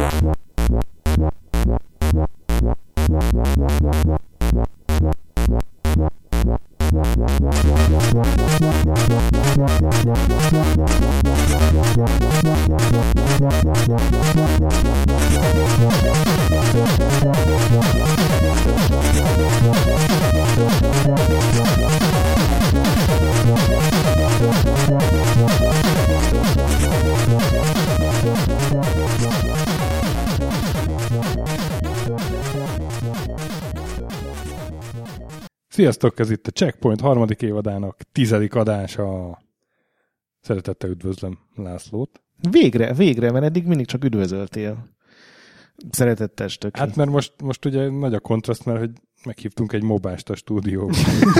Sziasztok, ez itt a Checkpoint harmadik évadának 10. adása. Szeretettel üdvözlöm Lászlót. Végre, mert eddig mindig csak üdvözöltél. Szeretettel stöki. Hát mert most ugye nagy a kontraszt, mert hogy meghívtunk egy mobást a stúdióba.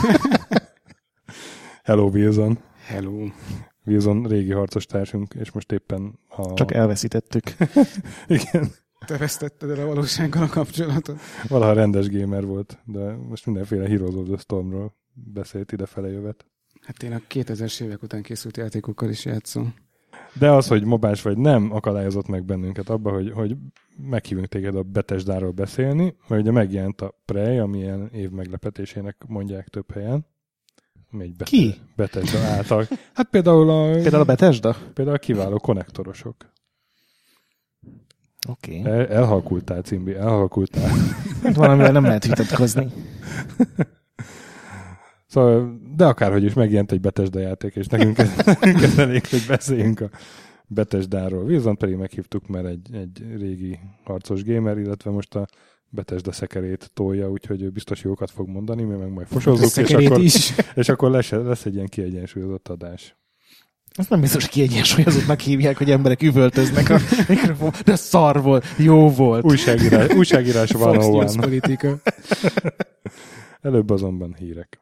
Hello, Wilson. Hello. Wilson régi harcostársunk, és most éppen Csak elveszítettük. Igen. Te vesztetted el a valósággal a kapcsolatot. Valaha rendes gamer volt, de most mindenféle Heroes of the Stormról beszélt idefele jövet. Hát én a 2000-es évek után készült játékokkal is játszom. De az, hogy mobás vagy nem, akadályozott meg bennünket abba, hogy meghívunk téged a Bethesdáról beszélni, mert ugye megjelent a Prey, ami ilyen év meglepetésének mondják több helyen. Ki? Bethesda által. Hát például a Bethesda? Például a kiváló konnektorosok. Oké. Okay. Elhalkultál, Cimbi, elhalkultál. Hát valamivel nem lehet vitatkozni. Szóval, de akárhogy is megjelent egy Bethesda játék, és nekünk ez elég, hogy beszéljünk a Bethesdáról. Wilson pedig meghívtuk, mert egy régi harcos gamer, illetve most a Bethesda szekerét tolja, úgyhogy ő biztos jókat fog mondani, mi meg majd fosozzuk, és akkor lesz egy ilyen kiegyensúlyozott adás. Azt nem biztos, hogy kiegyensúlyozottnak hívják, hogy emberek üvöltöznek a mikrofon, de szar volt, jó volt. Újságírás van, ahol van. Politika. Előbb azonban hírek.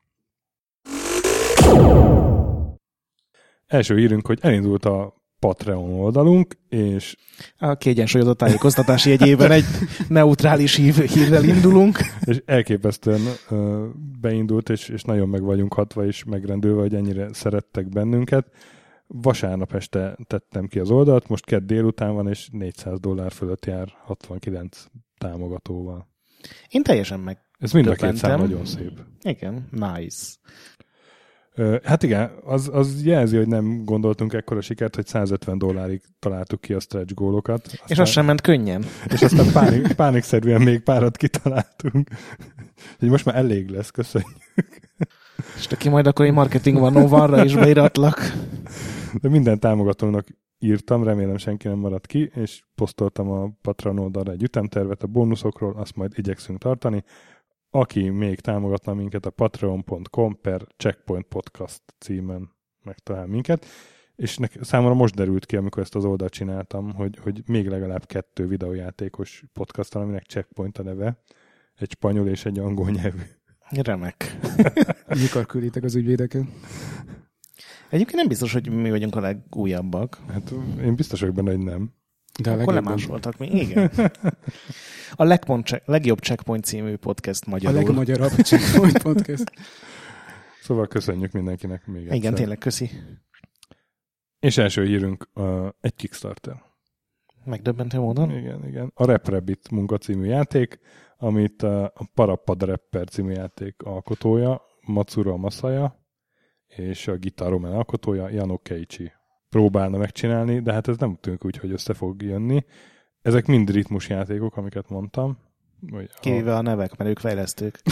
Első hírünk, hogy elindult a Patreon oldalunk, és a kiegyensúlyozott tájékoztatási jegyében egy neutrális hírrel indulunk. És elképesztően beindult, és nagyon meg vagyunk hatva, és megrendülve, hogy ennyire szerettek bennünket. Vasárnap este tettem ki az oldalt, most kedd délután van, és $400 fölött jár 69 támogatóval. Én teljesen meg. Ez mind a két szám nagyon szép. Igen, nice. Hát igen, az jelzi, hogy nem gondoltunk ekkora sikert, hogy $150 találtuk ki a stretch gólokat. Aztán, és az sem ment könnyen. És aztán pánikszerűen még párat kitaláltunk. Úgyhogy most már elég lesz, köszönjük. És aki majd akkor egy marketing 101-ra is beiratlak. De minden támogatónak írtam, remélem senki nem maradt ki, és posztoltam a Patreon oldalra egy ütemtervet a bónuszokról, azt majd igyekszünk tartani. Aki még támogatna minket, a patreon.com/checkpointpodcast címen megtalál minket, és számomra most derült ki, amikor ezt az oldalt csináltam, hogy még legalább 2 videójátékos podcast, aminek Checkpoint a neve, egy spanyol és egy angol nyelvű. Remek. Mikor külditek az ügyvédeket? Egyébként nem biztos, hogy mi vagyunk a legújabbak. Hát én biztos vagyok benne, hogy nem. De akkor lemásoltak mi. Igen. A legjobb Checkpoint című podcast magyarul. A legmagyarabb Checkpoint podcast. Szóval köszönjük mindenkinek még egyszer. Igen, tényleg köszi. És első hírünk egy Kickstarter. Megdöbbentő módon? Igen. A Rap Rabbit munka című játék, amit a Parappa the Rapper című játék alkotója, Matsuro Masaya, és a Guitar Roman alkotója, Jano Keiichi próbálna megcsinálni, de hát ez nem tűnik úgy, hogy össze fog jönni. Ezek mind ritmusjátékok, amiket mondtam. Kivéve a nevek, mert ők fejlesztők.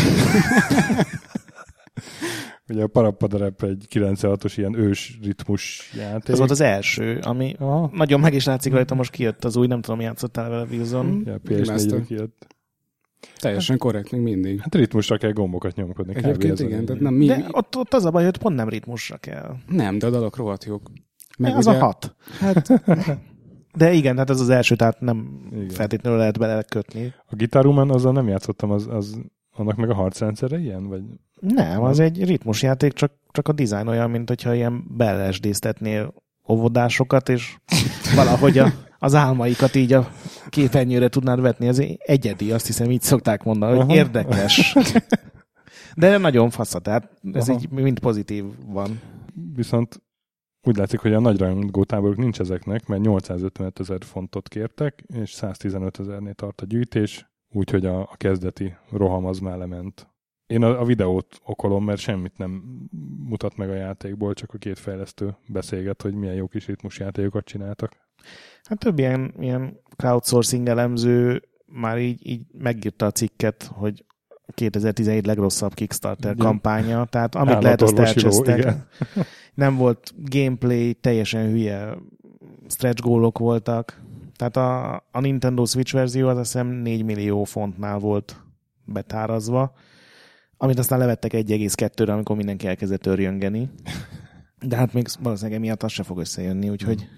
Ugye a Parappa the Rap egy 96-os ilyen ős ritmus játék. Ez volt az első, ami nagyon meg is látszik rajta, most kijött az új, nem tudom, játszottál vele, Wilson. Ja, PS4-re kijött. Teljesen korrekt, még mindig. Hát ritmusra kell gombokat nyomkodni. Egyébként igen, tehát nem de ott az a baj, hogy pont nem ritmusra kell. Nem, de a dalok rohadt jók. Meg az ugye... a 6. Hát... De igen, hát ez az első, tehát nem feltétlenül lehet belekötni. A Guitar Roman, azzal nem játszottam, annak meg a harcrendszere ilyen? Vagy... Nem, az egy ritmusjáték, csak a dizájn olyan, mint hogyha ilyen belesdéztetnél óvodásokat, és valahogy az álmaikat így a képernyőre tudnád vetni. Ez egyedi, azt hiszem, így szokták mondani, hogy érdekes. De nagyon fasz, tehát ez így mind pozitív van. Viszont úgy látszik, hogy a nagy rajongótáborok nincs ezeknek, mert 855 000 fontot kértek, és 115 000-nél tart a gyűjtés, úgyhogy a kezdeti roham az már lement. Én a videót okolom, mert semmit nem mutat meg a játékból, csak a két fejlesztő beszélget, hogy milyen jó kis ritmus játékokat csináltak. Hát több ilyen crowdsourcing elemző már így megírta a cikket, hogy 2017 legrosszabb Kickstarter kampánya, tehát amit lehet, azt elcsesztek. Nem volt gameplay, teljesen hülye stretch gólok voltak. Tehát a Nintendo Switch verzió az azt hiszem 4 millió fontnál volt betárazva, amit aztán levettek 1,2-re, amikor mindenki elkezdett örjöngeni. De hát még valószínűleg emiatt az se fog összejönni, úgyhogy...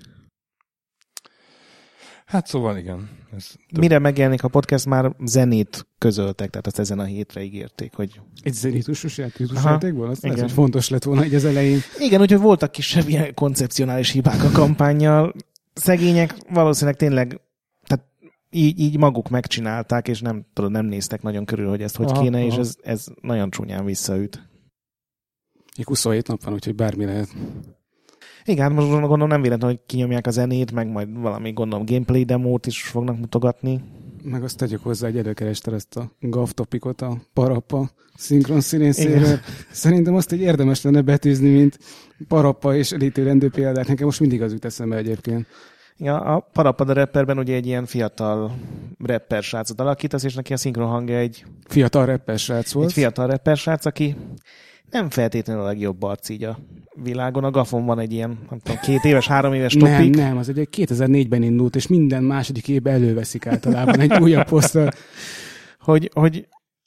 Hát szóval igen. Mire megjelenik a podcast, már zenét közöltek, tehát azt ezen a hétre ígérték, hogy... Egy zenítusos játékból? Az igen. ez, hogy fontos lett volna egy az elején. Igen, úgyhogy voltak kisebb ilyen koncepcionális hibák a kampánnyal. Szegények valószínűleg tényleg tehát így maguk megcsinálták, és nem néztek nagyon körül, hogy ezt hogy kéne, és ez nagyon csúnyán visszaüt. Így 27 nap van, úgyhogy bármi lehet. Igen, most gondolom nem véletlenül, hogy kinyomják a zenét, meg majd valami, gondolom, gameplay demót is fognak mutogatni. Meg azt tegyük hozzá, hogy előkerested ezt a GAF topikot a Parappa szinkron színészéről. Szerintem azt egy érdemes lenne betűzni, mint Parappa és elítélendő példát. Nekem most mindig az jut eszembe egyébként. Ja, a Parappa the Rapperben ugye egy ilyen fiatal rapper srácot alakítasz, és neki a szinkron hangja egy... Fiatal rapper srác volt. Egy fiatal rapper srác, aki nem feltétlenül a legjobb arc így a világon. A Gafon van egy ilyen, nem tudom, 2 éves, 3 éves topik. Nem, az egy 2004-ben indult, és minden második évben előveszik általában egy újabb poszttal. Hogy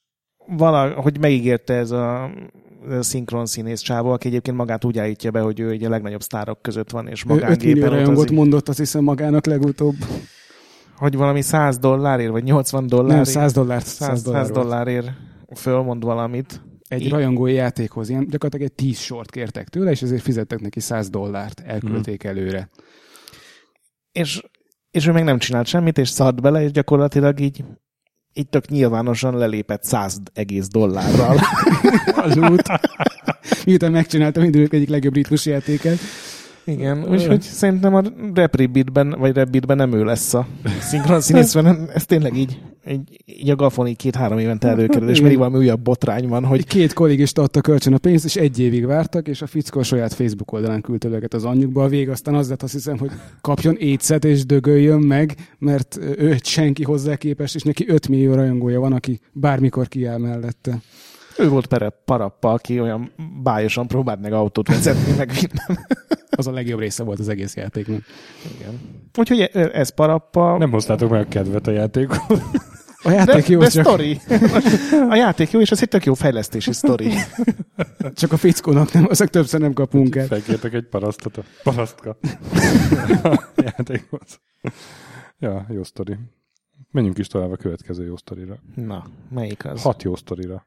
megígérte ez a szinkron színész csávó, aki egyébként magát úgy állítja be, hogy ő egy a legnagyobb sztárok között van, és magángépen 5 millió rajongot mondott, azt hiszem magának legutóbb. Hogy valami $100 vagy $80. Nem, $100. $100 fölmond valamit. Egy rajongói játékhoz, ilyen, gyakorlatilag egy 10 sort kértek tőle, és ezért fizettek neki $100, elküldték előre. És ő meg nem csinált semmit, és szart bele, és gyakorlatilag így tök nyilvánosan lelépett $100,000. A loot. Miután megcsináltam idők egyik legjobb ritmus játékát. Igen, úgyhogy szerintem a Rabbitben nem ő lesz a szinkron színészben, ez tényleg így a Gafon így 2-3 évente előkerül, és mindig valami újabb botrány van, hogy... 2 kollégista adta kölcsön a pénzt, és 1 évig vártak, és a fickó a saját Facebook oldalán küldte őket az anyjukba. A vég aztán az lett, azt hiszem, hogy kapjon étszet és dögöljön meg, mert ő egy senki hozzá képest, és neki 5 millió rajongója van, aki bármikor kiáll mellette. Ő volt Parappa, aki olyan bájosan próbált meg autót vezetni, meg minden. Az a legjobb része volt az egész játéknak. Igen. Úgyhogy ez Parappa... Nem hoztátok meg a kedvet a játékot. A játék jó, de csak... sztori. A játék jó, és az egy tök jó fejlesztési sztori. Csak a fickónak nem, azok többször nem kap munkát. Felkértek egy parasztka a játékhoz. Ja, jó sztori. Menjünk is tovább a következő jó sztorira. Na, melyik az? 6 jó sztorira.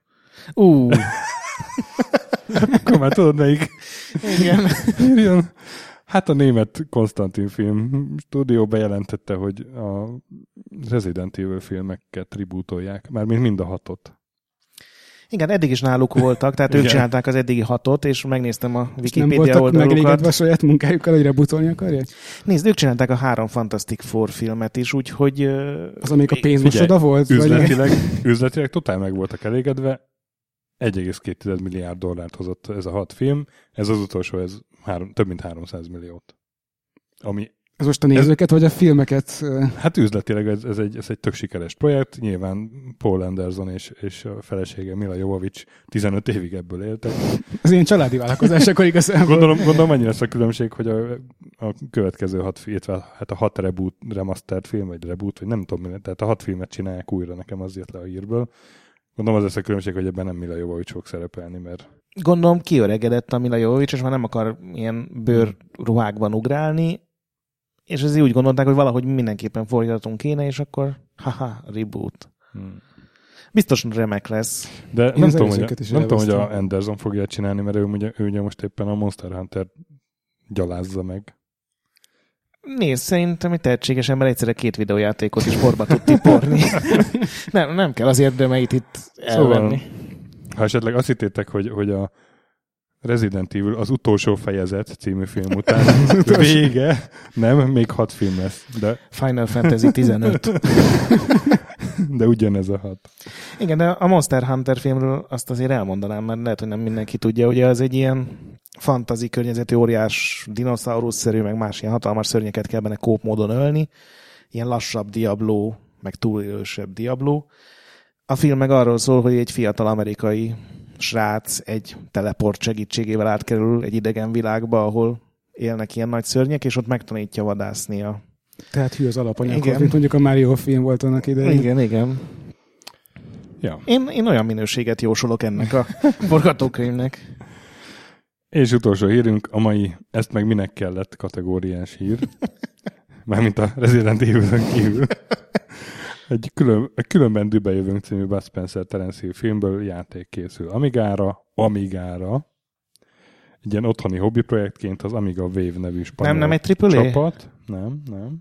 Akkor már tudod, melyik. Igen. Írjon. Hát a német Konstantin film stúdió bejelentette, hogy a Resident Evil filmeket rebootolják, mármint mind a 6-ot. Igen, eddig is náluk voltak, tehát ők csinálták az eddigi 6-ot, és megnéztem a Wikipedia oldalakat. Nem voltak megelégedve a saját munkájukkal, hogy rebootolni akarják? Nézd, ők csinálták a 3 Fantastic Four filmet is, úgyhogy... Az, amelyik a pénzmosoda volt? Üzletileg totál meg voltak elégedve. 1,2 milliárd dollárt hozott ez a 6 film. Ez az utolsó, ez több mint 300 milliót. Ami ez most a nézőket, vagy a filmeket? Hát üzletileg ez egy tök sikeres projekt. Nyilván Paul Anderson és a felesége Mila Jovovich 15 évig ebből éltek. Az ilyen családi vállalkozás, akkor igazából. Gondolom annyi lesz a különbség, hogy a következő 6 film, hát a 6 remastered film, vagy reboot, vagy nem tudom, tehát a 6 filmet csinálják újra, nekem az jött le a hírből. Gondolom az lesz a különbség, hogy ebben nem Mila Jovovich fog szerepelni, mert... Gondolom kiöregedett a Mila Jovovich, és már nem akar ilyen bőrruhákban ugrálni, és ezért úgy gondolták, hogy valahogy mindenképpen fordítatunk kéne, és akkor reboot. Biztos remek lesz. De nem tudom, hogy a Anderson fogja csinálni, mert ő ugye most éppen a Monster Hunter gyalázza meg. Nézd, szerintem egy tehetséges ember egyszerre 2 videójátékot is borba tud tiporni. nem kell az érdemeit itt elvenni. Szóval, ha esetleg azt hittétek, hogy a Resident Evil az utolsó fejezet című film után vége, nem, még 6 film lesz. De... Final Fantasy 15. De ugyanez a 6. Igen, de a Monster Hunter filmről azt azért elmondanám, mert lehet, hogy nem mindenki tudja, ugye az egy ilyen fantasy környezeti óriás dinoszaurusz-szerű, meg más ilyen hatalmas szörnyeket kell benne kóp módon ölni. Ilyen lassabb Diablo, meg túlélősebb Diablo. A film meg arról szól, hogy egy fiatal amerikai srác egy teleport segítségével átkerül egy idegen világba, ahol élnek ilyen nagy szörnyek, és ott megtanítja vadászni a... Tehát hű az alapanyaghoz, mint mondjuk a Mario film volt annak idején. Igen, igen. Ja. Én olyan minőséget jósolok ennek a forgatókönyvnek. És utolsó hírünk, a mai ezt meg minek kellett kategóriás hír. Mármint a Resident Evil-en kívül. Egy különben Dübe jövünk című Bud Spencer Terence Hill filmből játék készül Amigára. Egy ilyen otthoni hobbi projektként az Amiga Wave nevű spanyol nem egy AAA? csapat. Nem.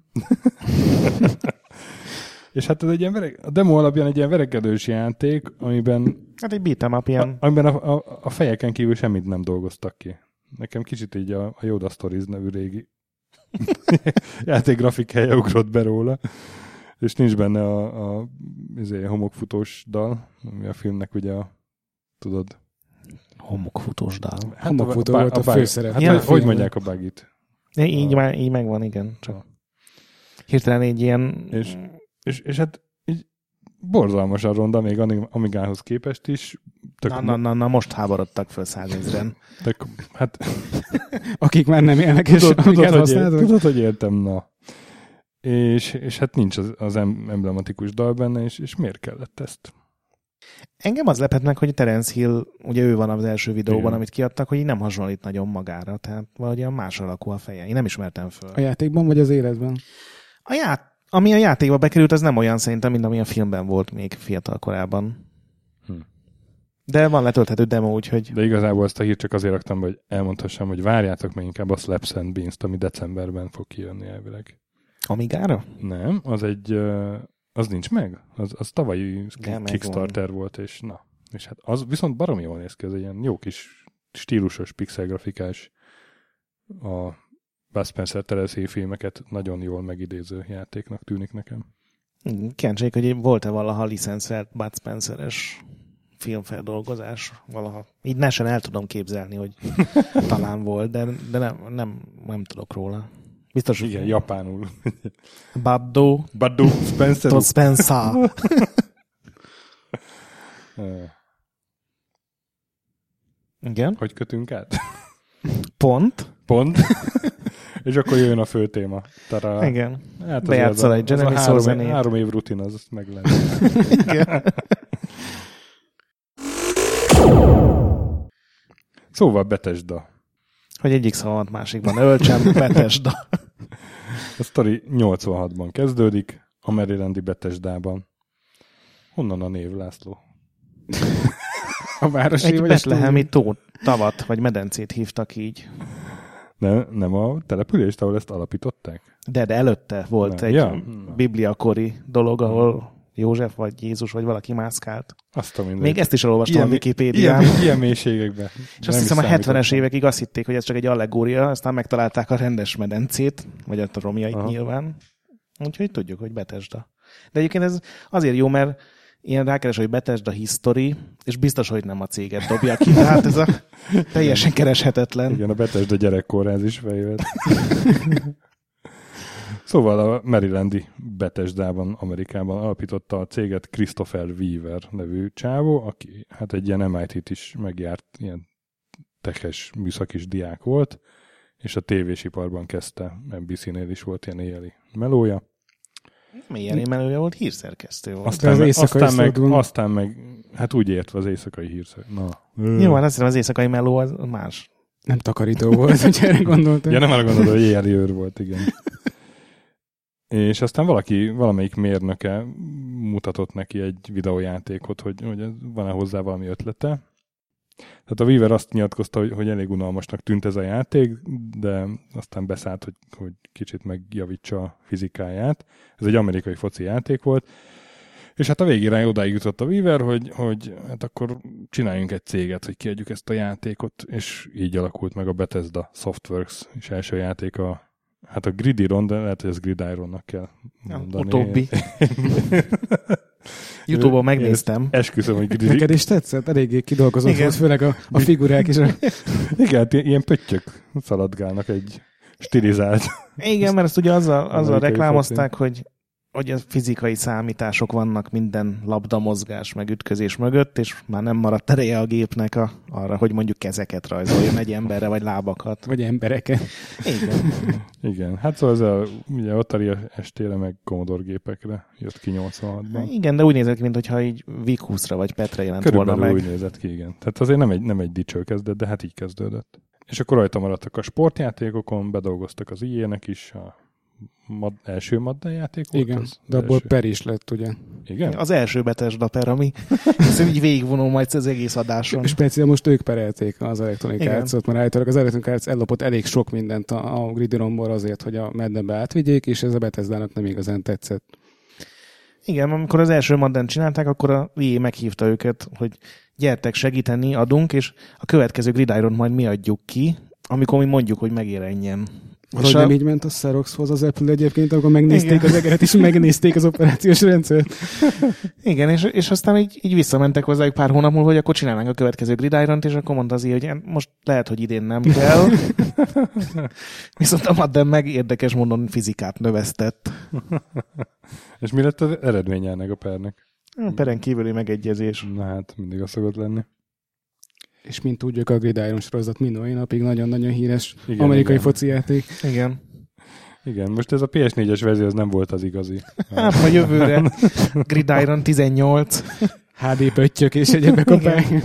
És hát ez egy ilyen a demo alapján egy ilyen verekedős játék, amiben Hát egy beat'em up ilyen. Amiben a fejeken kívül semmit nem dolgoztak ki. Nekem kicsit így a Yoda Stories nevű régi játék grafikhelye ugrott be róla. És nincs benne a homokfutós dal, ami a filmnek ugye tudod... Homokfutós dal. Hát homokfutó volt a főszerep. Hát ja, hogy mondják a bugit? Így megvan, igen. Csak hirtelen így ilyen... És hát így borzalmasan ronda, még Amigához képest is. Na, most háborodtak föl 100 000-en. Hát... Akik már nem élnek, és Amigát használtak. Tudod, hogy értem, na. És hát nincs az emblematikus dal benne, és miért kellett ezt? Engem az lepett meg, hogy Terence Hill, ugye ő van az első videóban, amit kiadtak, hogy így nem hasonlít nagyon magára, tehát valahogyan más alakú a feje. Én nem ismertem föl. A játékban vagy az életben? Ami a játékba bekerült, az nem olyan szerintem, mint ami a filmben volt még fiatal korában. De van letölthető demo, úgyhogy... De igazából ezt a hírt csak azért raktam, hogy elmondhassam, hogy várjátok meg inkább a Slaps and Beans-t, ami decemberben fog kijönni elvileg. Amigára? Nem, az nincs meg. Az tavalyi Kickstarter volt, és na. És hát az viszont baromi jól néz ki, ez egy ilyen jó kis stílusos pixelgrafikás a Bud Spencer Terence Hill filmeket nagyon jól megidéző játéknak tűnik nekem. Kíváncsiak, hogy volt-e valaha licenszelt Bud Spencer-es filmfeldolgozás valaha. Így nesen el tudom képzelni, hogy talán volt, de nem tudok róla. Biztos, igen, japánul. Baddo Spencer. Igen. Hogy kötünk át? Pont. És akkor jön a fő téma. Tará. Igen. Hát bejátszol egy Genesis zenét. 3 év rutin, az meg lenne. Igen. Szóval Bethesda. Hogy egyik szavamat másikban öltsem, Bethesda. A sztori 86-ban kezdődik, a Marylandi Bethesdában. Honnan a név, László? A városi egy betlehemi tavat, vagy medencét hívtak így. Nem a települést, ahol ezt alapították? De előtte volt egy bibliakori dolog, ahol József, vagy Jézus, vagy valaki mászkált. Még ezt is elolvastam a Wikipédián. Ilyen mélységekben. És azt hiszem a 70-es évekig azt hitték, hogy ez csak egy allegória, aztán megtalálták a rendes medencét, vagy a romjait nyilván. Úgyhogy tudjuk, hogy Bethesda. De egyébként ez azért jó, mert ilyen rákeres, hogy Bethesda History, és biztos, hogy nem a céget dobja ki, tehát ez a teljesen kereshetetlen. Igen, a Bethesda gyerekkórház is feljött. Szóval a Marylandi Bethesdában, Amerikában alapította a céget Christopher Weaver nevű csávó, aki hát egy ilyen MIT-t is megjárt, ilyen teches műszakis diák volt, és a tévésiparban kezdte, NBC-nél is volt ilyen éjjeli melója. Milyen melója volt? Hírszerkesztő volt. Aztán meg, hát úgy értve az éjszakai hírszerkesztő. Jó, hát azt hiszem az éjszakai meló az más. Nem takarító volt, hogy erre gondoltam. Ja, nem arra gondoltam, hogy éjjeli őr volt, igen. És aztán valamelyik mérnöke mutatott neki egy videójátékot, hogy van-e hozzá valami ötlete. Tehát a Weaver azt nyilatkozta, hogy elég unalmasnak tűnt ez a játék, de aztán beszállt, hogy kicsit megjavítsa a fizikáját. Ez egy amerikai foci játék volt, És hát a végére odáig jutott a Weaver, hogy hát akkor csináljunk egy céget, hogy kiadjuk ezt a játékot, és így alakult meg a Bethesda Softworks és első játék a Gridiron, de lehet, hogy ez Gridironnak kell mondani. Utóbbi. YouTube-on megnéztem. Esküszöm, hogy Gridiron. Neked is tetszett? Eléggé kidolgozott volt, főleg a figurák is. Igen, ilyen pöttyök szaladgálnak egy stilizált. Igen, mert ezt ugye azzal reklámozták, hogy a fizikai számítások vannak minden labdamozgás meg ütközés mögött, és már nem maradt ereje a gépnek arra, hogy mondjuk kezeket rajzoljon egy emberre, vagy lábakat. Vagy embereket. Igen. Igen, hát szóval ez ugye Atari ST-re meg Commodore gépekre jött ki 86-ban. Igen, de úgy nézett ki, mintha így VIC-20-ra vagy PET-re jelent körülbelül volna meg. Úgy nézett ki, igen. Tehát azért nem egy dicső kezdet, de hát így kezdődött. És akkor rajta maradtak a sportjátékokon, bedolgoztak az EA-nek is, a első Madden játék volt. Igen, az de abból per is lett, ugye. Igen? Az első Bethesda per, ami így végigvonom majd az egész adáson. Speciál most ők perelték az Electronic Arts-ot, mert állítólag az Electronic Arts ellopott elég sok mindent a Gridironból azért, hogy a Maddenbe átvigyék, és ez a Bethesdának nem igazán tetszett. Igen, amikor az első Madden csinálták, akkor a EA meghívta őket, hogy gyertek segíteni, adunk, és a következő Gridiront majd mi adjuk ki, amikor mi mondjuk, hogy megérenjen. Vagy nem így ment a Xeroxhoz az Apple egyébként, amikor megnézték igen. az egeret, és megnézték az operációs rendszert. Igen, és aztán így visszamentek hozzájuk pár hónap múlva, hogy akkor csinálnánk a következő Gridiront, és akkor mondta az ilyen, hogy most lehet, hogy idén nem kell. Viszont a Madden meg érdekes módon fizikát növesztett. És mi lett az eredménye ennek a pernek? A peren kívüli megegyezés. Na hát, mindig az szokott lenni. És mint tudjuk, a Gridiron sorozat mind napig nagyon-nagyon híres igen, amerikai igen. foci játék. Igen. Igen, most ez a PS4-es verzió az nem volt az igazi. Hát a jövőre Gridiron 18. HD pöttyök és egyébek a pályán.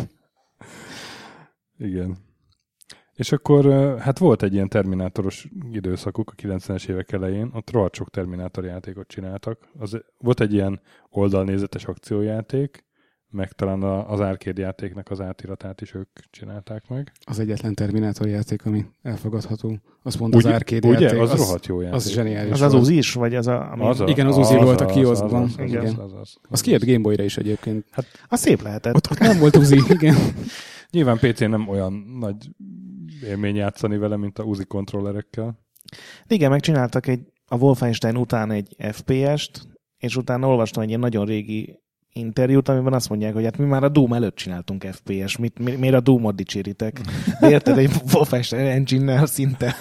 Igen. És akkor hát volt egy ilyen terminátoros időszakuk a 90-es évek elején, ott rohadt sok terminátor játékot csináltak. Volt egy ilyen oldalnézetes akciójáték, meg talán az arcade játéknak az átiratát is ők csinálták meg. Az egyetlen Terminátor játék, ami elfogadható. Azt mondta az arcade ugye? játék. Az rohadt jó játék. Az zseniális. Az Uzi is? Vagy ami... Igen, az Uzi volt a kioszkban. Az kijött Game Boy-ra is egyébként. Hát, az szép lehetett. Ott nem volt Uzi, igen. Nyilván PC-n nem olyan nagy élmény játszani vele, mint a Uzi kontrollerekkel. Igen, megcsináltak a Wolfenstein után egy FPS-t, és utána olvastam egy ilyen nagyon régi interjút, amiben azt mondják, hogy hát mi már a Doom előtt csináltunk FPS, miért a Doomot dicséritek? De érted, egy Wolfenstein engine-nel szinte.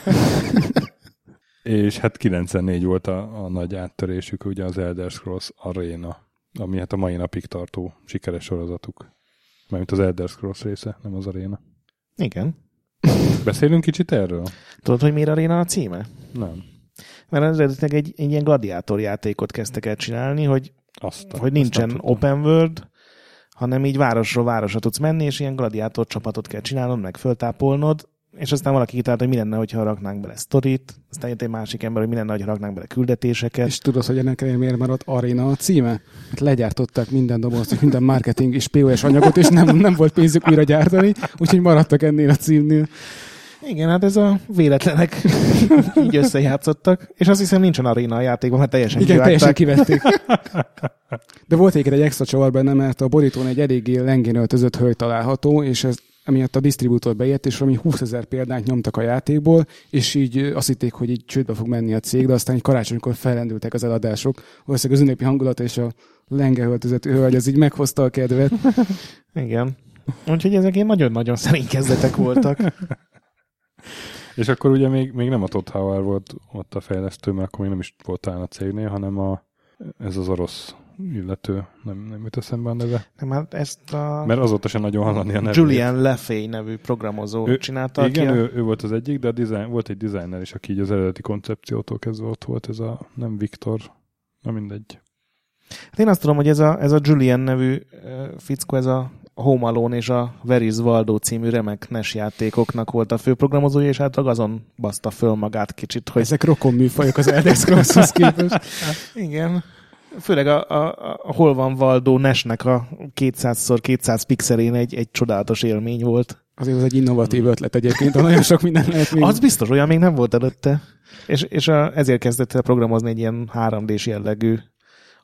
És hát 94 volt a nagy áttörésük, ugye az Elder Scrolls Arena, ami hát a mai napig tartó sikeres sorozatuk. Mármint az Elder Scrolls része, nem az Arena. Igen. Beszélünk kicsit erről? Tudod, hogy miért Arena a címe? Nem. Mert az eredetileg egy ilyen gladiátor játékot kezdtek el csinálni, hogy nincsen open world, hanem így városról városra tudsz menni, és ilyen gladiátor csapatot kell csinálnod, meg föltápolnod, és aztán valaki kitalált, hogy mi lenne, hogyha raknánk bele sztorit, aztán jött egy másik ember, hogy mi lenne, hogyha raknánk bele küldetéseket. És tudod, hogy ennek miért maradt Arena a címe? Hát legyártották minden dobozt, minden marketing és POS anyagot, és nem volt pénzük újra gyártani, úgyhogy maradtak ennél a címnél. Igen, hát ez a véletlenek így összejátszottak, és azt hiszem nincsen Arena a játékban, mert teljesen igen, kivágták. teljesen kivették. De volt egy extra csavar benne, mert a borítón egy eléggé lengén öltözött hölgy található, és ez emiatt a disztribútor bejött, és valami 20 000 példányt nyomtak a játékból, és így azt hitték, hogy így csődbe fog menni a cég, de aztán egy karácsonykor fellendültek az eladások. Valószínűleg az ünnepi hangulat és a lenge öltözött hölgy, az így meghozta a kedvet. Igen. Úgyhogy ezek ilyen nagyon-nagyon szerény kezdetek voltak. És akkor ugye még nem a Todd Howard volt ott a fejlesztő, mert akkor még nem is volt talán a cégnél, hanem ez az orosz illető, nem jut eszembe a neve. Nem, hát ezt mert azóta sem nagyon hallani a nevét. Julian Lefay nevű programozó csinálta. Igen, ő volt az egyik, de volt egy designer is, aki így az eredeti koncepciótól kezdve ott volt, ez nem Viktor, nem mindegy. Hát én azt tudom, hogy ez a Julian nevű fickó, ez a Home Alone és a Where is Waldo című remek NES játékoknak volt a főprogramozója, és hát azon baszta föl magát kicsit, hogy... Ezek rokon műfajok az Elder Scrolls-hoz képest. Igen. Főleg a Hol van Waldo NES-nek a 200x200 pixelén egy csodálatos élmény volt. Azért az egy innovatív ötlet egyébként, nagyon sok minden lehet még. Az biztos, olyan még nem volt előtte. És ezért kezdett el programozni egy ilyen 3D-s jellegű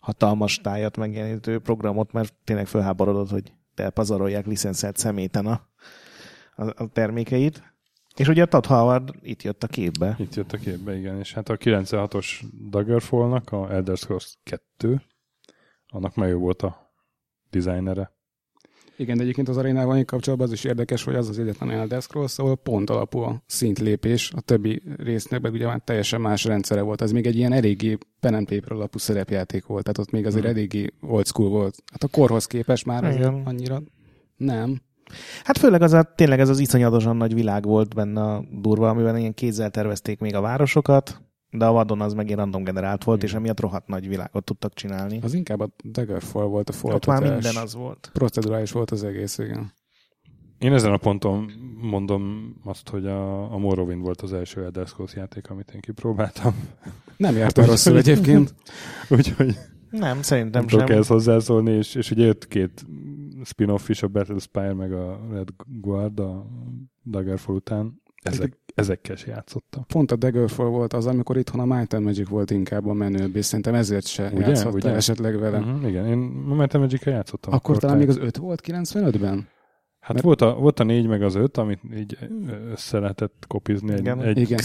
hatalmas tájat megjelenítő programot, mert tényleg fölháborodott, hogy elpazarolják licenszelt szeméten a termékeit. És ugye a Todd Howard itt jött a képbe. Itt jött a képbe, igen. És hát a 96-os Daggerfall-nak, a Elder Scrolls 2, annak meg jó volt a designere. Igen, de egyébként az arénával kapcsolatban az is érdekes, hogy az egyetlen Elder Scrolls, ahol pont alapú a szintlépés, a többi résznek meg ugye már teljesen más rendszere volt. Ez még egy ilyen eléggé pen and paper alapú szerepjáték volt, tehát ott még azért eléggé old school volt. Hát a korhoz képest már azért annyira nem. Hát főleg tényleg ez az iszonyatosan nagy világ volt benne a durva, amiben ilyen kézzel tervezték még a városokat, de a vadon az meg ilyen random generált volt, és emiatt rohadt nagy világot tudtak csinálni. Az inkább a Daggerfall volt a folytatás. Ott már minden az volt. Procedurális volt az egész, igen. Én ezen a ponton mondom azt, hogy a Morrowind volt az első Elder Scrolls játék, amit én kipróbáltam. Nem jártál rosszul egyébként. Úgyhogy nem, szerintem nem sem. tudok ehhez hozzászólni, és ugye jött két spin-off is, a Battlespire meg a Red Guard a Daggerfall után. Ezekkel se játszottam. Pont a Daggerfall volt az, amikor itthon a Might and Magic volt inkább a menőbb, és szerintem ezért se játszottál esetleg vele. Igen, én a Might and Magic-kel játszottam. Akkor talán még az 5 volt 95-ben? Hát volt a 4 meg az 5, amit így össze lehetett kopizni egy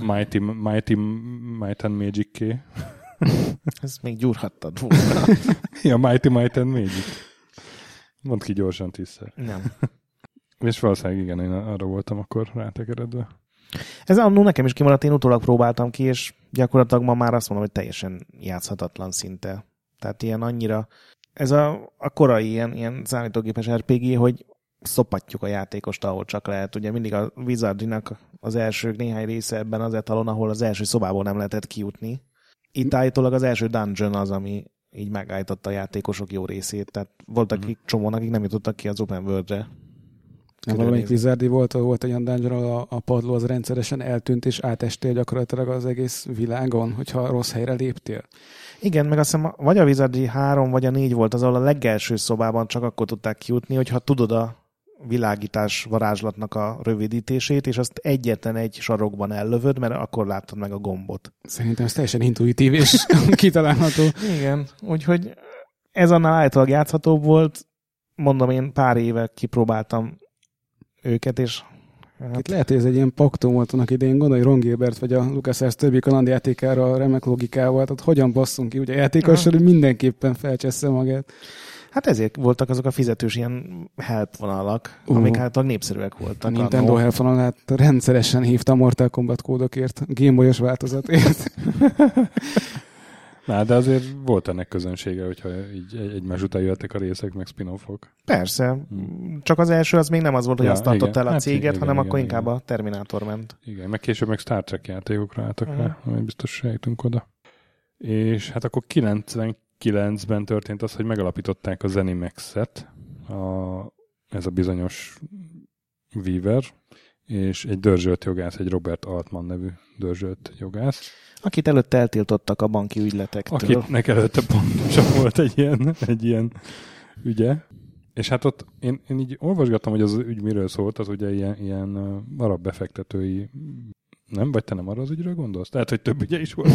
Might and Magic-ké. Ez még gyúrhattad volna. Ja, Might and Magic. Mondd ki gyorsan 10-szer. Nem. És valószínűleg igen, én arra voltam akkor rátekeredve. Ez annó nekem is kimaradt, én utólag próbáltam ki, és gyakorlatilag ma már azt mondom, hogy teljesen játszhatatlan szinte. Tehát ilyen annyira, ez a korai ilyen számítógépes RPG, hogy szopatjuk a játékost, ahol csak lehet. Ugye mindig a Wizardinak az első néhány része ebben az etalon, ahol az első szobából nem lehetett kijutni. Itt állítólag az első dungeon az, ami így megállította a játékosok jó részét. Tehát voltak csomóan, akik nem jutottak ki az open world-re. Valamelyik Wizardi volt egy olyan dungeon, ahol a padló az rendszeresen eltűnt, és átestél gyakorlatilag az egész világon, hogyha rossz helyre léptél. Igen, meg azt hiszem, vagy a Wizardi 3, vagy a 4 volt az, ahol a legelső szobában csak akkor tudták kijutni, hogyha tudod a világítás varázslatnak a rövidítését, és azt egyetlen egy sarokban ellövöd, mert akkor láttad meg a gombot. Szerintem ez teljesen intuitív és kitalálható. Igen, úgyhogy ez annál állítólag játszhatóbb volt. Mondom, én pár éve kipróbáltam őket, és hát... Itt lehet, hogy ez egy ilyen paktum volt annak idején, gondolj Ron Gilbert vagy a LucasArts többi kalandjátékára a remek logikával, tehát hogyan basszunk ki, ugye a játékossal, hogy mindenképpen felcsessze magát. Hát ezért voltak azok a fizetős ilyen help vonalak, amik által népszerűek voltak. A Nintendo help vonalát rendszeresen hívta a Mortal Kombat kódokért, a Game Boy-os változatért. Na, de azért volt ennek közönsége, hogyha így egymás után jöttek a részek, meg spin-offok. Persze. Csak az első az még nem az volt, hogy azt tartott el a céget, hanem akkor igen. inkább a Terminátor ment. Igen, meg később meg Star Trek játékokra álltak rá, amit biztos eljutunk oda. És hát akkor 99-ben történt az, hogy megalapították a ZeniMax-et, ez a bizonyos Weaver, és egy dörzsölt jogász, egy Robert Altman nevű dörzsölt jogász. Akit előtte eltiltottak a banki ügyletektől. Akitnek előtte pontosan volt egy ilyen ügye. És hát ott én így olvasgattam, hogy az ügy miről szólt, az ugye ilyen arab befektetői, nem? Vagy te nem arra az ügyről gondolsz? Tehát, hogy több ügye is volt.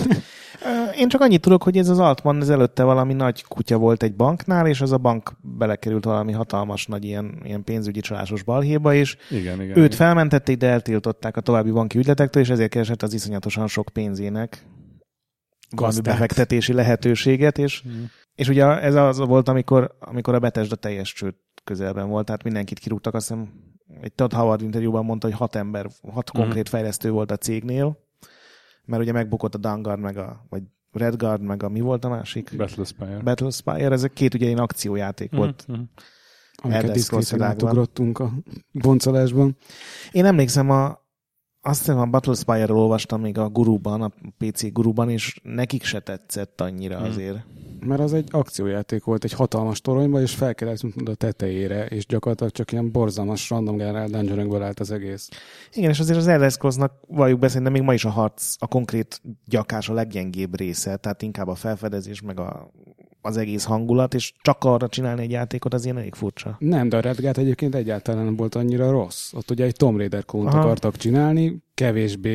Én csak annyit tudok, hogy ez az Altman, ez előtte valami nagy kutya volt egy banknál, és az a bank belekerült valami hatalmas nagy ilyen pénzügyi csalásos balhéba, és őt felmentették, de eltiltották a további banki ügyletektől, és ezért keresett az iszonyatosan sok pénzének valami befektetési lehetőséget, és ugye ez az volt, amikor a Bethesda teljes csőd közelben volt, tehát mindenkit kirúgtak, azt hiszem egy Todd Howard interjúban mondta, hogy 6 konkrét fejlesztő volt a cégnél, mert ugye megbukott a Vanguard, vagy Redguard, meg mi volt a másik? Battlespire, ezek két ugye ilyen akciójáték volt. Amiket diszkréten átugrottunk a boncolásban. Én emlékszem, azt hiszem a Battlespire-ről olvastam még a Guruban, a PC Guruban, és nekik se tetszett annyira azért. Mert az egy akciójáték volt egy hatalmas toronyban, és fel kellett jutnod a tetejére, és gyakorlatilag csak ilyen borzalmas random generált dungeonokból állt az egész. Igen, és azért az Elder Scrolls-nak valljuk be, szerintem még ma is a harc, a konkrét gyakás a leggyengébb része, tehát inkább a felfedezés, meg az egész hangulat, és csak arra csinálni egy játékot, az ilyen elég furcsa. Nem, de a Redguard egyébként egyáltalán nem volt annyira rossz. Ott ugye egy Tomb Raider klónt akartak csinálni, kevésbé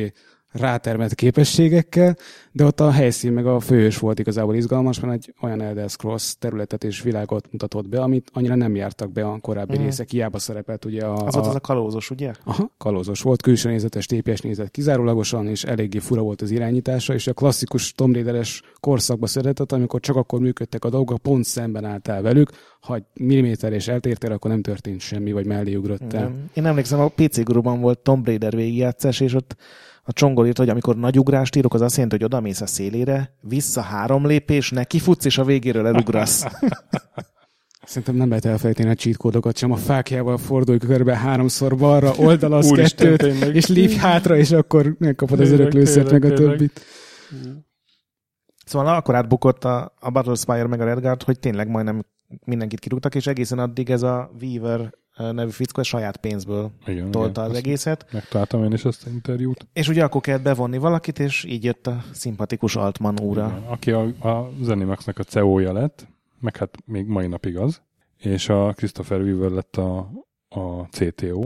rátermelt képességekkel, de ott a helyszín meg a főhős volt igazából izgalmas, mert egy olyan Elder Scrolls területet és világot mutatott be, amit annyira nem jártak be a korábbi részek, hiába szerepelt ugye az volt az a kalózos, ugye? Aha, kalózos volt, külső nézetes, TPS nézet kizárólagosan, és eléggé fura volt az irányítása, és a klasszikus Tomb Raider-es korszakba szeretett, amikor csak akkor működtek a dolgok, pont szemben álltál velük, ha egy milliméter és eltértél, akkor nem történt semmi, vagy mellé ugrottál. Én emlékszem, a PC Guruban volt Tomb Raider végigjátszás, és ott a csongor írt, hogy amikor nagy ugrást írok, az azt jelenti, hogy odamész a szélére, vissza 3 lépés, nekifutsz, és a végéről elugrasz. Szerintem nem lehet elfelejteni a cheat kódokat sem. A fákjával fordulj körbe 3-szor balra, oldalasz 2-t, és lépj hátra, és akkor megkapod az öröklőszert, meg a többit. Szóval akkor átbukott a Battlespire meg a Redguard, hogy tényleg majdnem mindenkit kirúgtak, és egészen addig ez a Weaver nevű fickó saját pénzből tolta az egészet. Megtaláltam én is azt az interjút. És ugye akkor kellett bevonni valakit, és így jött a szimpatikus Altman úra. Igen, aki a Zenimaxnak a CEO-ja lett, meg hát még mai napig az, és a Christopher Weaver lett a CTO.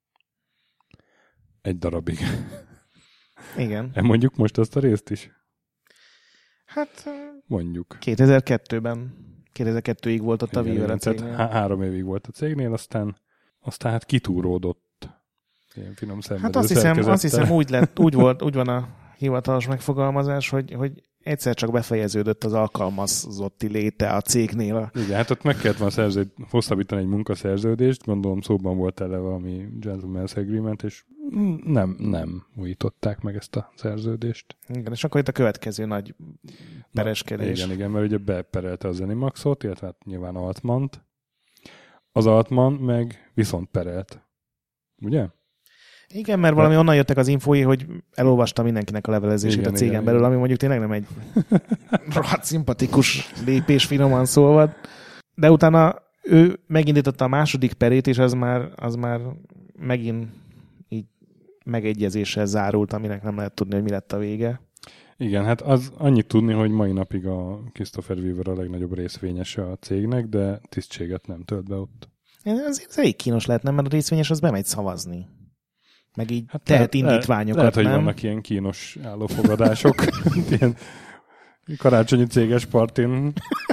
Egy darabig. Igen. Mondjuk most azt a részt is? Hát mondjuk. 2002-ig volt ott a Weaver a cégnél. 3 évig volt a cégnél, aztán hát kitúródott. Ilyen finom hát azt hiszem úgy van a hivatalos megfogalmazás, hogy egyszer csak befejeződött az alkalmazotti léte a cégnél. Igen, hát ott meg kellett volna hosszabbítani egy munkaszerződést, gondolom szóban volt eleve valami Gentleman's Agreement, és nem újították meg ezt a szerződést. Igen, és akkor itt a következő nagy pereskedés. Igen, mert ugye beperelte a Zenimaxot, illetve hát nyilván Altmant. Az Altman meg viszont perelt. Ugye? Igen, mert valami onnan jöttek az infói, hogy elolvasta mindenkinek a levelezését a cégen belül, ami mondjuk tényleg nem egy rohadt szimpatikus lépés, finoman szólva. De utána ő megindította a második perét, és az már megint így megegyezéssel zárult, aminek nem lehet tudni, hogy mi lett a vége. Igen, hát az annyit tudni, hogy mai napig a Christopher Weaver a legnagyobb részvényese a cégnek, de tisztséget nem tölt be ott. Ez elég kínos lehet, nem? Mert a részvényes az bemegy szavazni. Meg így hát tehet indítványokat, lehet, nem? hogy vannak ilyen kínos állófogadások, ilyen karácsonyi céges partin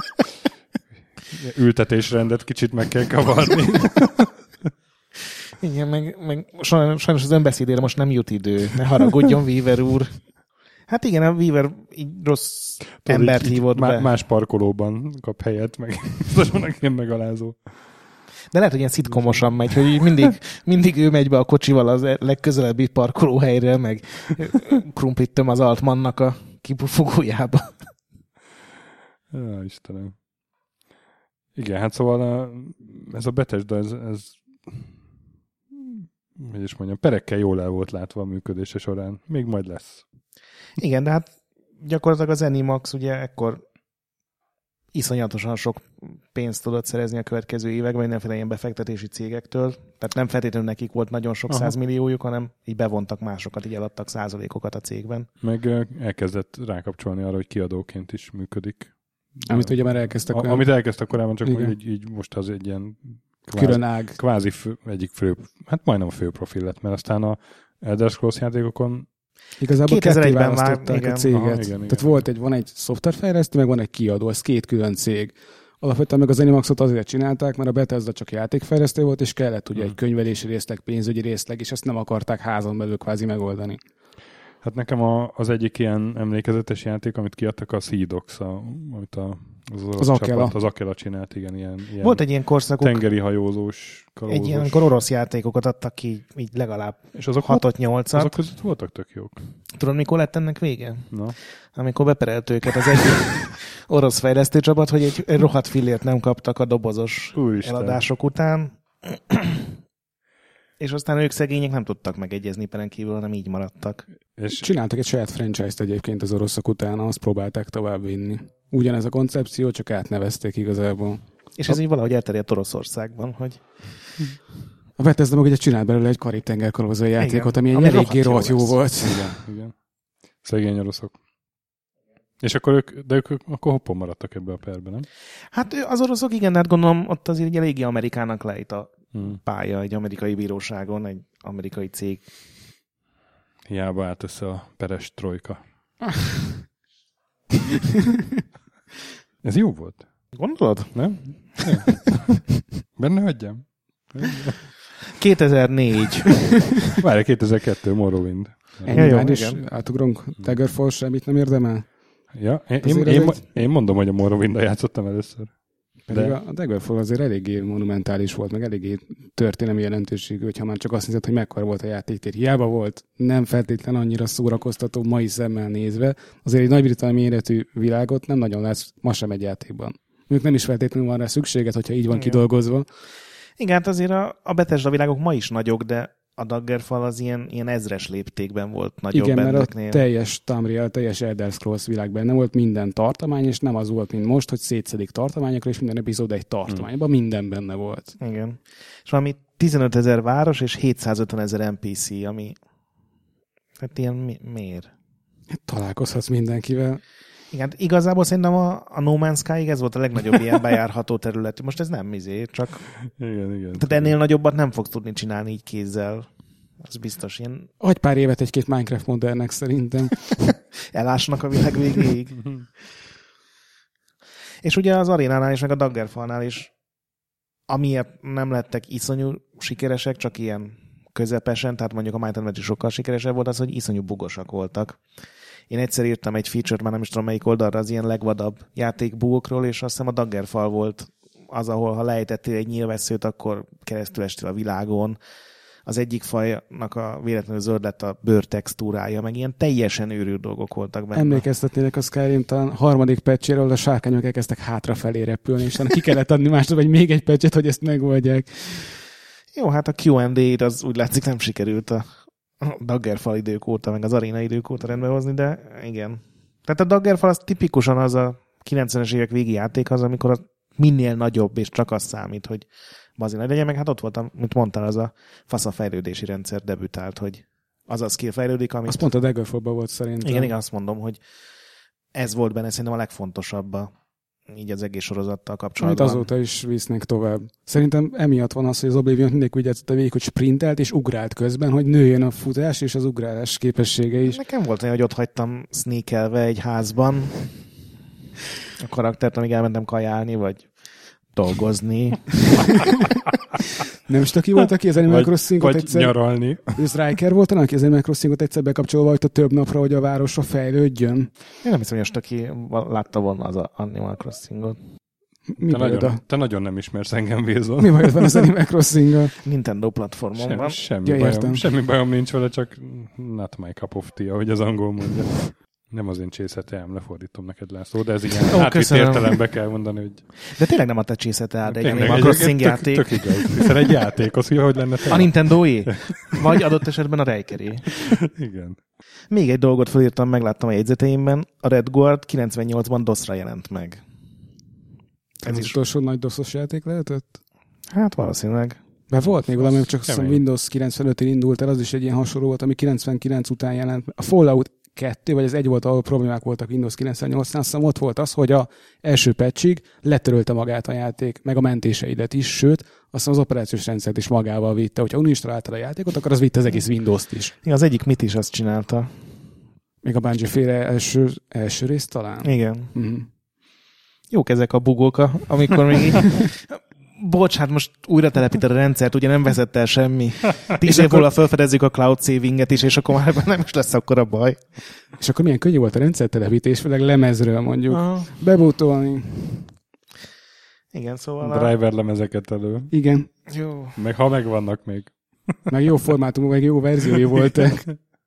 ültetésrendet kicsit meg kell kavarni. Igen, meg sajnos az önbeszédére most nem jut idő. Ne haragudjon, Weaver úr. Hát igen, a Weaver így rossz embert hívott be. Más parkolóban kap helyet, meg vannak ilyen megalázó. De lehet, hogy ilyen szitkomosan megy, hogy mindig ő megy be a kocsival az legközelebbi parkolóhelyre, meg krumplit töm az Altmannak a kipufogójába. Ja, Istenem. Igen, hát szóval ez a Bethesda, ez hogy is mondjam, perekkel jól el volt látva a működése során. Még majd lesz. Igen, de hát gyakorlatilag az Zenimax ugye ekkor iszonyatosan sok pénzt tudott szerezni a következő években mindenféle ilyen befektetési cégektől. Tehát nem feltétlenül nekik volt nagyon sok 100 milliójuk, hanem így bevontak másokat, így eladtak százalékokat a cégben. Meg elkezdett rákapcsolni arra, hogy kiadóként is működik. Amit ugye már elkezdtek. Amit elkezdtek korábban, csak így most az egy ilyen kvázi egyik fő, hát majdnem a fő profil lett, mert aztán a Elder Scrolls játékokon igazából ketté választották a céget. Aha, igen. Tehát van egy szoftverfejlesztő, meg van egy kiadó, ez 2 külön cég. Alapvetően meg az Zenimaxot azért csinálták, mert a Bethesda csak játékfejlesztő volt, és kellett ugye egy könyvelési részleg, pénzügyi részleg, és ezt nem akarták házon belül kvázi megoldani. Hát nekem az egyik ilyen emlékezetes játék, amit kiadtak, a Sea Dogs, amit az Akela csinált, igen, ilyen volt egy ilyen korszakuk, tengeri hajózós, kalózós. Egy ilyen orosz játékokat adtak ki, így legalább 6-8-at. Azok között voltak tök jók. Tudod, mikor lett ennek vége? Na. Amikor beperelt őket az egyik orosz fejlesztőcsapat, hogy egy rohadt fillért nem kaptak a dobozos eladások után. És aztán ők szegények nem tudtak megegyezni peren kívül, hanem így maradtak. És csináltak egy saját franchise-t egyébként az oroszok utána, azt próbálták továbbvinni. Ugyanez a koncepció, csak átnevezték igazából. És ez így valahogy elterjedt Oroszországban, hogy... A Bethesda meg ugye csinált belőle egy Karib-tenger kalózai játékot, ami egy eléggé rohadt jó volt. Igen. Szegény oroszok. És akkor ők akkor hoppon maradtak ebbe a perbe, nem? Hát az oroszok igen, hát gondolom ott azért egy eléggé Amerikának lejt a pálya egy amerikai bíróságon, egy amerikai cég Hiába állt össze a peres trojka. Ez jó volt. Gondolod? Nem? Benne hagyjam. 2004. Várj, 2002 Morrowind. Ja, jó, és igen. átugrunk. Daggerfall semmit nem érdemel? Ja, Azért én mondom, hogy a Morrowind-dal játszottam először. Pedig a Daggerfall azért eléggé monumentális volt, meg eléggé történelmi jelentőségű, hogyha már csak azt nézed, hogy mekkora volt a játéktér. Hiába volt nem feltétlen annyira szórakoztató mai szemmel nézve, azért egy Nagy-Britannia méretű világot nem nagyon látsz ma sem egy játékban. Mondjuk nem is feltétlenül van rá szükséged, hogyha így van kidolgozva. Igen, hát azért a Bethesda világok ma is nagyok, de a Daggerfall az ilyen ezres léptékben volt nagyobb. Igen, mert benneknél. a teljes Tamriel, teljes Elder Scrolls világ benne volt, minden tartomány, és nem az volt, mint most, hogy szétszedik tartományokra, és minden epizód egy tartományban, minden benne volt. Igen. És valami 15 000 város és 750 000 NPC, ami hát ilyen miért? Találkozhatsz mindenkivel. Igen, igazából szerintem a No Man's Sky ez volt a legnagyobb ilyen bejárható terület. Most ez nem csak... Igen. Tehát ennél nagyobbat nem fogsz tudni csinálni így kézzel. Az biztos ilyen... Adj pár évet egy-két Minecraft modellnek szerintem. Elásnak a világ végéig. És ugye az Arénánál is, meg a Daggerfallnál is, amiért nem lettek iszonyú sikeresek, csak ilyen közepesen, tehát mondjuk a Might and Magic sokkal sikeresebb volt az, hogy iszonyú bugosak voltak. Én egyszer írtam egy feature-t, már nem is tudom melyik oldalra, az ilyen legvadabb játékbugokról, és azt hiszem a Daggerfall volt az, ahol ha lejtettél egy nyílvesszőt, akkor keresztül estél a világon. Az egyik fajnak a véletlenül zöld lett a bőr textúrája, meg ilyen teljesen őrült dolgok voltak benne. Emlékeztetnének a Skyrim talán harmadik patchéről, a sárkányok elkezdtek hátrafelé repülni, és ki kellett adni másra, vagy még egy patchet, hogy ezt megoldják. Jó, hát a Q&A-t az úgy látszik nem sikerült a Daggerfall idők óta, meg az Arena idők óta rendbe hozni, de igen. Tehát a Daggerfall az tipikusan az a 90-es évek végi játék az, amikor az minél nagyobb, és csak az számít, hogy bazin nagy legyen, meg hát ott voltam, mint mondtál, az a fasz a fejlődési rendszer debütált, hogy az a skill fejlődik, amit... Az pont a Daggerfallban volt szerintem. Igen, azt mondom, hogy ez volt benne szerintem a legfontosabb így az egész sorozattal kapcsolatban. Amit azóta is visznek tovább. Szerintem emiatt van az, hogy az Oblivion mindenki úgy játszotta végig, hogy sprintelt és ugrált közben, hogy nőjön a futás és az ugrálás képessége is. Nekem volt olyan, hogy ott hagytam sneakelve egy házban a karaktert, amíg elmentem kajálni, vagy dolgozni. Nem is aki volt, aki az Animal Crossingot egyszer... Vagy nyaralni. Ez Riker volt, aki az Animal Crossingot egyszer bekapcsolva hagyta több napra, hogy a városra fejlődjön. Én nem hiszem, hogy aki látta volna az Animal Crossingot. Te nagyon nem ismersz engem, Wilson. Mi bajod van az Animal Crossinggal? Nintendo platformon van. Semmi bajom nincs vele, csak not my cup of tea, ahogy az angol mondja. Nem az én csészeteám, lefordítom neked, László, de ez ilyen átvitt értelembe kell mondani, hogy... De tényleg nem a te csészeteád egy Animal Crossing játék. Tök igaz, hiszen egy játék, az hogy lenne te? A Nintendo-é? Vagy adott esetben a Reikeré. Igen. Még egy dolgot felírtam, megláttam a jegyzeteimben. A Red Guard 98-ban DOS-ra jelent meg. Ez is utolsó nagy DOS-os játék lehetett? Hát valószínűleg. Mert volt még valami, csak azt Windows 95-én indult el, az is egy ilyen hasonló volt, ami 99 után jelent. A Fallout 2, vagy az egy volt, ahol problémák voltak Windows 98-nál, azt hiszem ott volt az, hogy az első patchig letörölte magát a játék, meg a mentéseidet is, sőt, azt hiszem az operációs rendszert is magával vitte. Hogyha uninstaláltad a játékot, akkor az vitte az egész Windows-t is. Igen, az egyik mit is azt csinálta. Még a Bungie-féle első rész talán? Igen. Uh-huh. Jók ezek a bugok, amikor még így... Bocs, hát most újra telepíted a rendszert, ugye nem vezett el semmi. 10 év múlva felfedezzük a cloud savinget is, és akkor már nem is lesz akkora baj. És akkor milyen könnyű volt a rendszertelepítés, főleg lemezről mondjuk. Bebútolni. Igen, szóval... Driver lemezeket elő. Igen. Jó. Meg ha megvannak még. Meg jó formátumú, meg jó verziói voltak.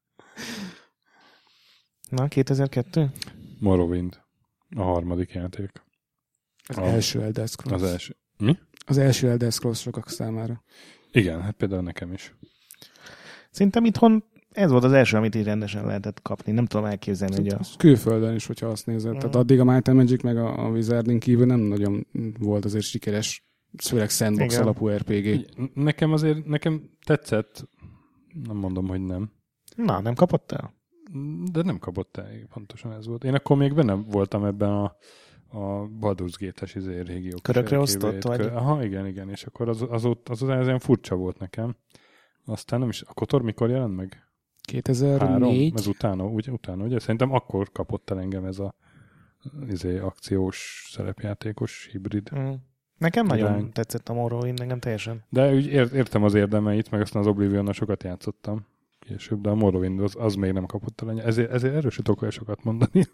Na, 2002? Morrowind. A harmadik játék. Az első Elder Scrolls. Az első. Mi? Az első Elder Scrolls sokak számára. Igen, hát például nekem is. Szerintem itthon ez volt az első, amit így rendesen lehetett kapni. Nem tudom elképzelni, hogy külföldön is, hogyha azt nézed. Tehát addig a Might and Magic meg a Wizarding kívül nem nagyon volt azért sikeres, főleg sandbox igen. alapú RPG. Nekem tetszett, nem mondom, hogy nem. Na, nem kapott el? De nem kapott el, pontosan ez volt. Én akkor még benne voltam ebben a Baldur's Gate-es régiók. Körökre osztott, vagy? Aha, igen, és akkor az ilyen furcsa volt nekem. Aztán nem is, a Kotor mikor jelent meg? 2004. Ez utána, ugye? Szerintem akkor kapott el engem ez a akciós szerepjátékos hibrid. Nekem nagyon tetszett a Morrowind, engem teljesen. De úgy értem az érdemeit, meg aztán az Oblivion-nal sokat játszottam később, de a Morrowind az még nem kapott el. Ezért erről se tudok olyan sokat mondani.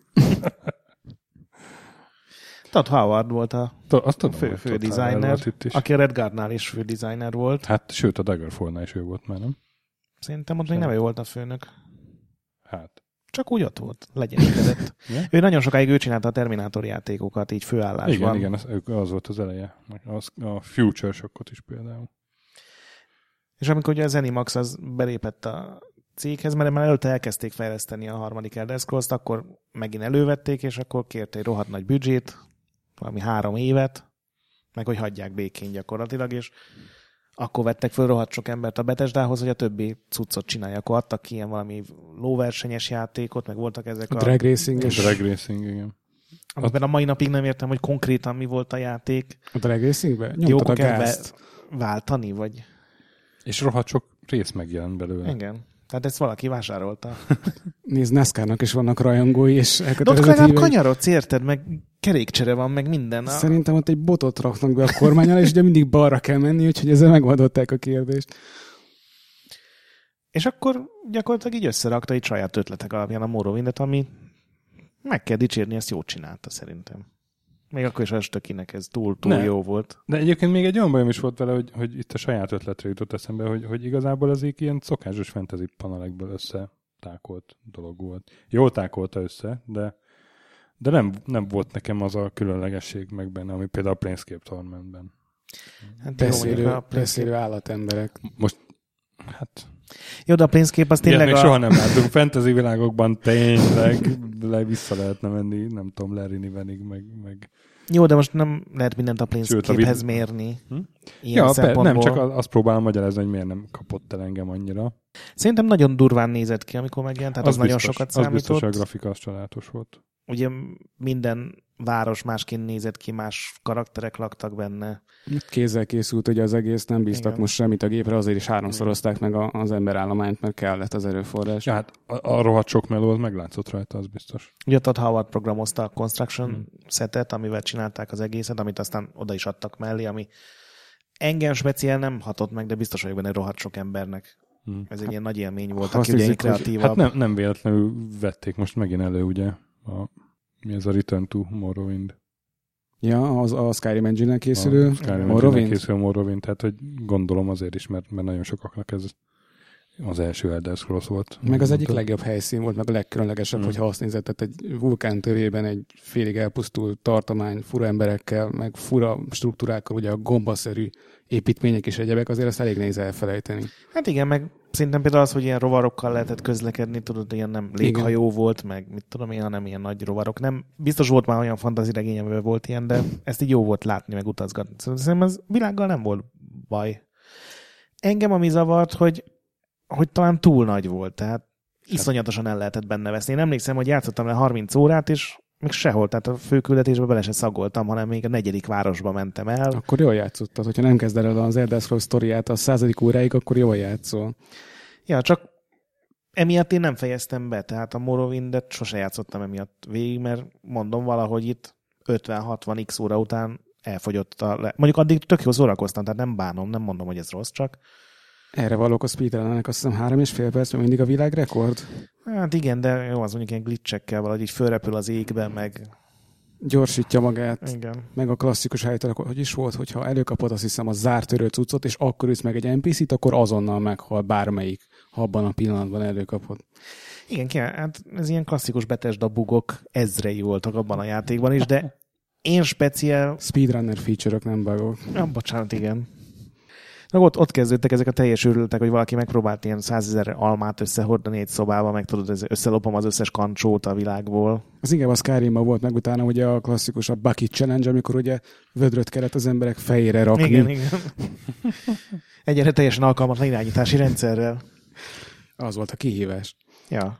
Todd Howard volt a fő designer, aki a Redguardnál is fő designer volt. Hát, sőt, a Daggerfallnál is ő volt már, nem? Szerintem ott még nem ő volt a főnök. Hát. Csak úgy ott volt, legyenekedett. Ő nagyon sokáig ő csinálta a Terminátor játékokat, így főállásban. Igen, az volt az eleje. A Future Shockot is például. És amikor ugye az Zenimax az belépett a céghez, mert már előtte elkezdték fejleszteni a harmadik Elder Scrolls-t, akkor megint elővették, és akkor kérte egy rohadt nagy büdzsét, valami 3 évet, meg hogy hagyják békén gyakorlatilag, és akkor vettek föl rohadt sok embert a Bethesdához, hogy a többi cuccot csinálja. Akkor adtak ki ilyen valami lóversenyes játékot, meg voltak ezek a Drag Racing, igen. Amiben a mai napig nem értem, hogy konkrétan mi volt a játék. A Drag Racingben? Nyomtad a gázt. Váltani, vagy... És rohadt sok rész megjelent belőle. Igen. Tehát ezt valaki vásárolta. Nézd, NASCAR-nak is vannak rajongói, és de ott legalább kanyarodsz, érted? Meg kerékcsere van, meg minden. Szerintem ott egy botot raknak be a kormánnyal, és ugye mindig balra kell menni, úgyhogy ezzel megoldották a kérdést. És akkor gyakorlatilag így összerakta egy saját ötletek alapján a Morrowindet, ami meg kell dicsérni, ezt jót csinálta szerintem. Még akkor is az tökinek ez túl jó volt. De egyébként még egy olyan bajom is volt vele, hogy itt a saját ötletre jutott eszembe, hogy igazából az ilyen szokásos fantasy panelekből összetákolt dolog volt. Jól tákolta össze, de nem volt nekem az a különlegesség meg benne, ami például a Planescape Tormentben. Hát beszélő állatemberek. Most, jó, de a Planescape az tényleg még soha nem látunk. Fantasy világokban tényleg vissza lehetne menni, nem tudom, Larry Nivenig, meg... Jó, de most nem lehet mindent a Planescape-hez mérni. Nem, csak azt próbálom magyarázni, hogy miért nem kapott el engem annyira. Szerintem nagyon durván nézett ki, amikor megjelent, tehát az nagyon sokat számított. Az biztos, a grafika az csodálatos volt. Ugye minden város másként nézett ki, más karakterek laktak benne. Kézzel készült ugye az egész, nem bíztak most semmit a gépre, azért is 3-szorozták meg az emberállományt, mert kellett az erőforrás. Ja, hát a rohadt sok meló az meglátszott rajta, az biztos. Ugye Todd Howard programozta a Construction setet, amivel csinálták az egészet, amit aztán oda is adtak mellé, ami engem speciál nem hatott meg, de biztos vagyok benne rohadt sok embernek. Ez egy ilyen nagy élmény volt, aki ugye kreatívabb. Hát nem véletlenül vették most megint elő, ugye, mi ez a Return to Morrowind. Ja, a Skyrim Engine-nel készülő Morrowind, tehát hogy gondolom azért is, mert nagyon sokaknak ez az első Elder Scrolls volt. Meg az egyik legjobb helyszín volt, meg a legkülönlegesebb, hogyha azt nézett, tehát egy vulkántövében egy félig elpusztult tartomány, fura emberekkel, meg fura struktúrákkal, ugye a gombaszerű építmények és egyebek, azért azt elég nehéz elfelejteni. Hát igen, meg szerintem például az, hogy ilyen rovarokkal lehetett közlekedni, tudod, ilyen nem léghajó volt, meg mit tudom én, hanem ilyen nagy rovarok. Nem, biztos volt már olyan fantasy regény, amiben volt ilyen, de ezt így jó volt látni, meg utazgatni. Szerintem az világgal nem volt baj. Engem ami zavart, hogy talán túl nagy volt, tehát iszonyatosan el lehetett benne veszni. Én emlékszem, hogy játszottam le 30 órát, és még sehol, tehát a főküldetésbe bele se szagoltam, hanem még a 4. városba mentem el. Akkor jól játszottad, hogyha nem kezded el az Elder Scrolls sztoriát a 100. óráig, akkor jól játszol. Ja, csak emiatt én nem fejeztem be, tehát a Morrowindet sose játszottam emiatt végig, mert mondom valahogy itt 50-60x óra után elfogyott mondjuk addig tök jó szórakoztam, tehát nem bánom, nem mondom, hogy ez rossz, csak erre valók a speedrunnernek azt hiszem 3,5 perc, még mindig a világrekord? Hát igen, de jó, az mondjuk ilyen glitchekkel valahogy így fölrepül az égbe, meg gyorsítja magát. Igen. Meg a klasszikus helytől, hogy is volt, hogyha előkapod azt hiszem a zárt törő cuccot, és akkor üsz meg egy NPC-t, akkor azonnal meghal bármelyik, ha abban a pillanatban előkapod. Igen, hát ez ilyen klasszikus Bethesda bugok ezrei voltak abban a játékban is, de én speciál... Speedrunner feature-ök, nem bugok. Ja, bocsánat, igen. Ott kezdődtek ezek a teljes őrültek, hogy valaki megpróbált ilyen 100 000 almát összehordani egy szobába, meg tudod, összelopom az összes kancsót a világból. Az inkább a Skyrimban volt, meg utána ugye a klasszikus a Bucket Challenge, amikor ugye vödröt kellett az emberek fejére rakni. Igen. Egyre teljesen alkalmatlan irányítási rendszerrel. Az volt a kihívás. Ja.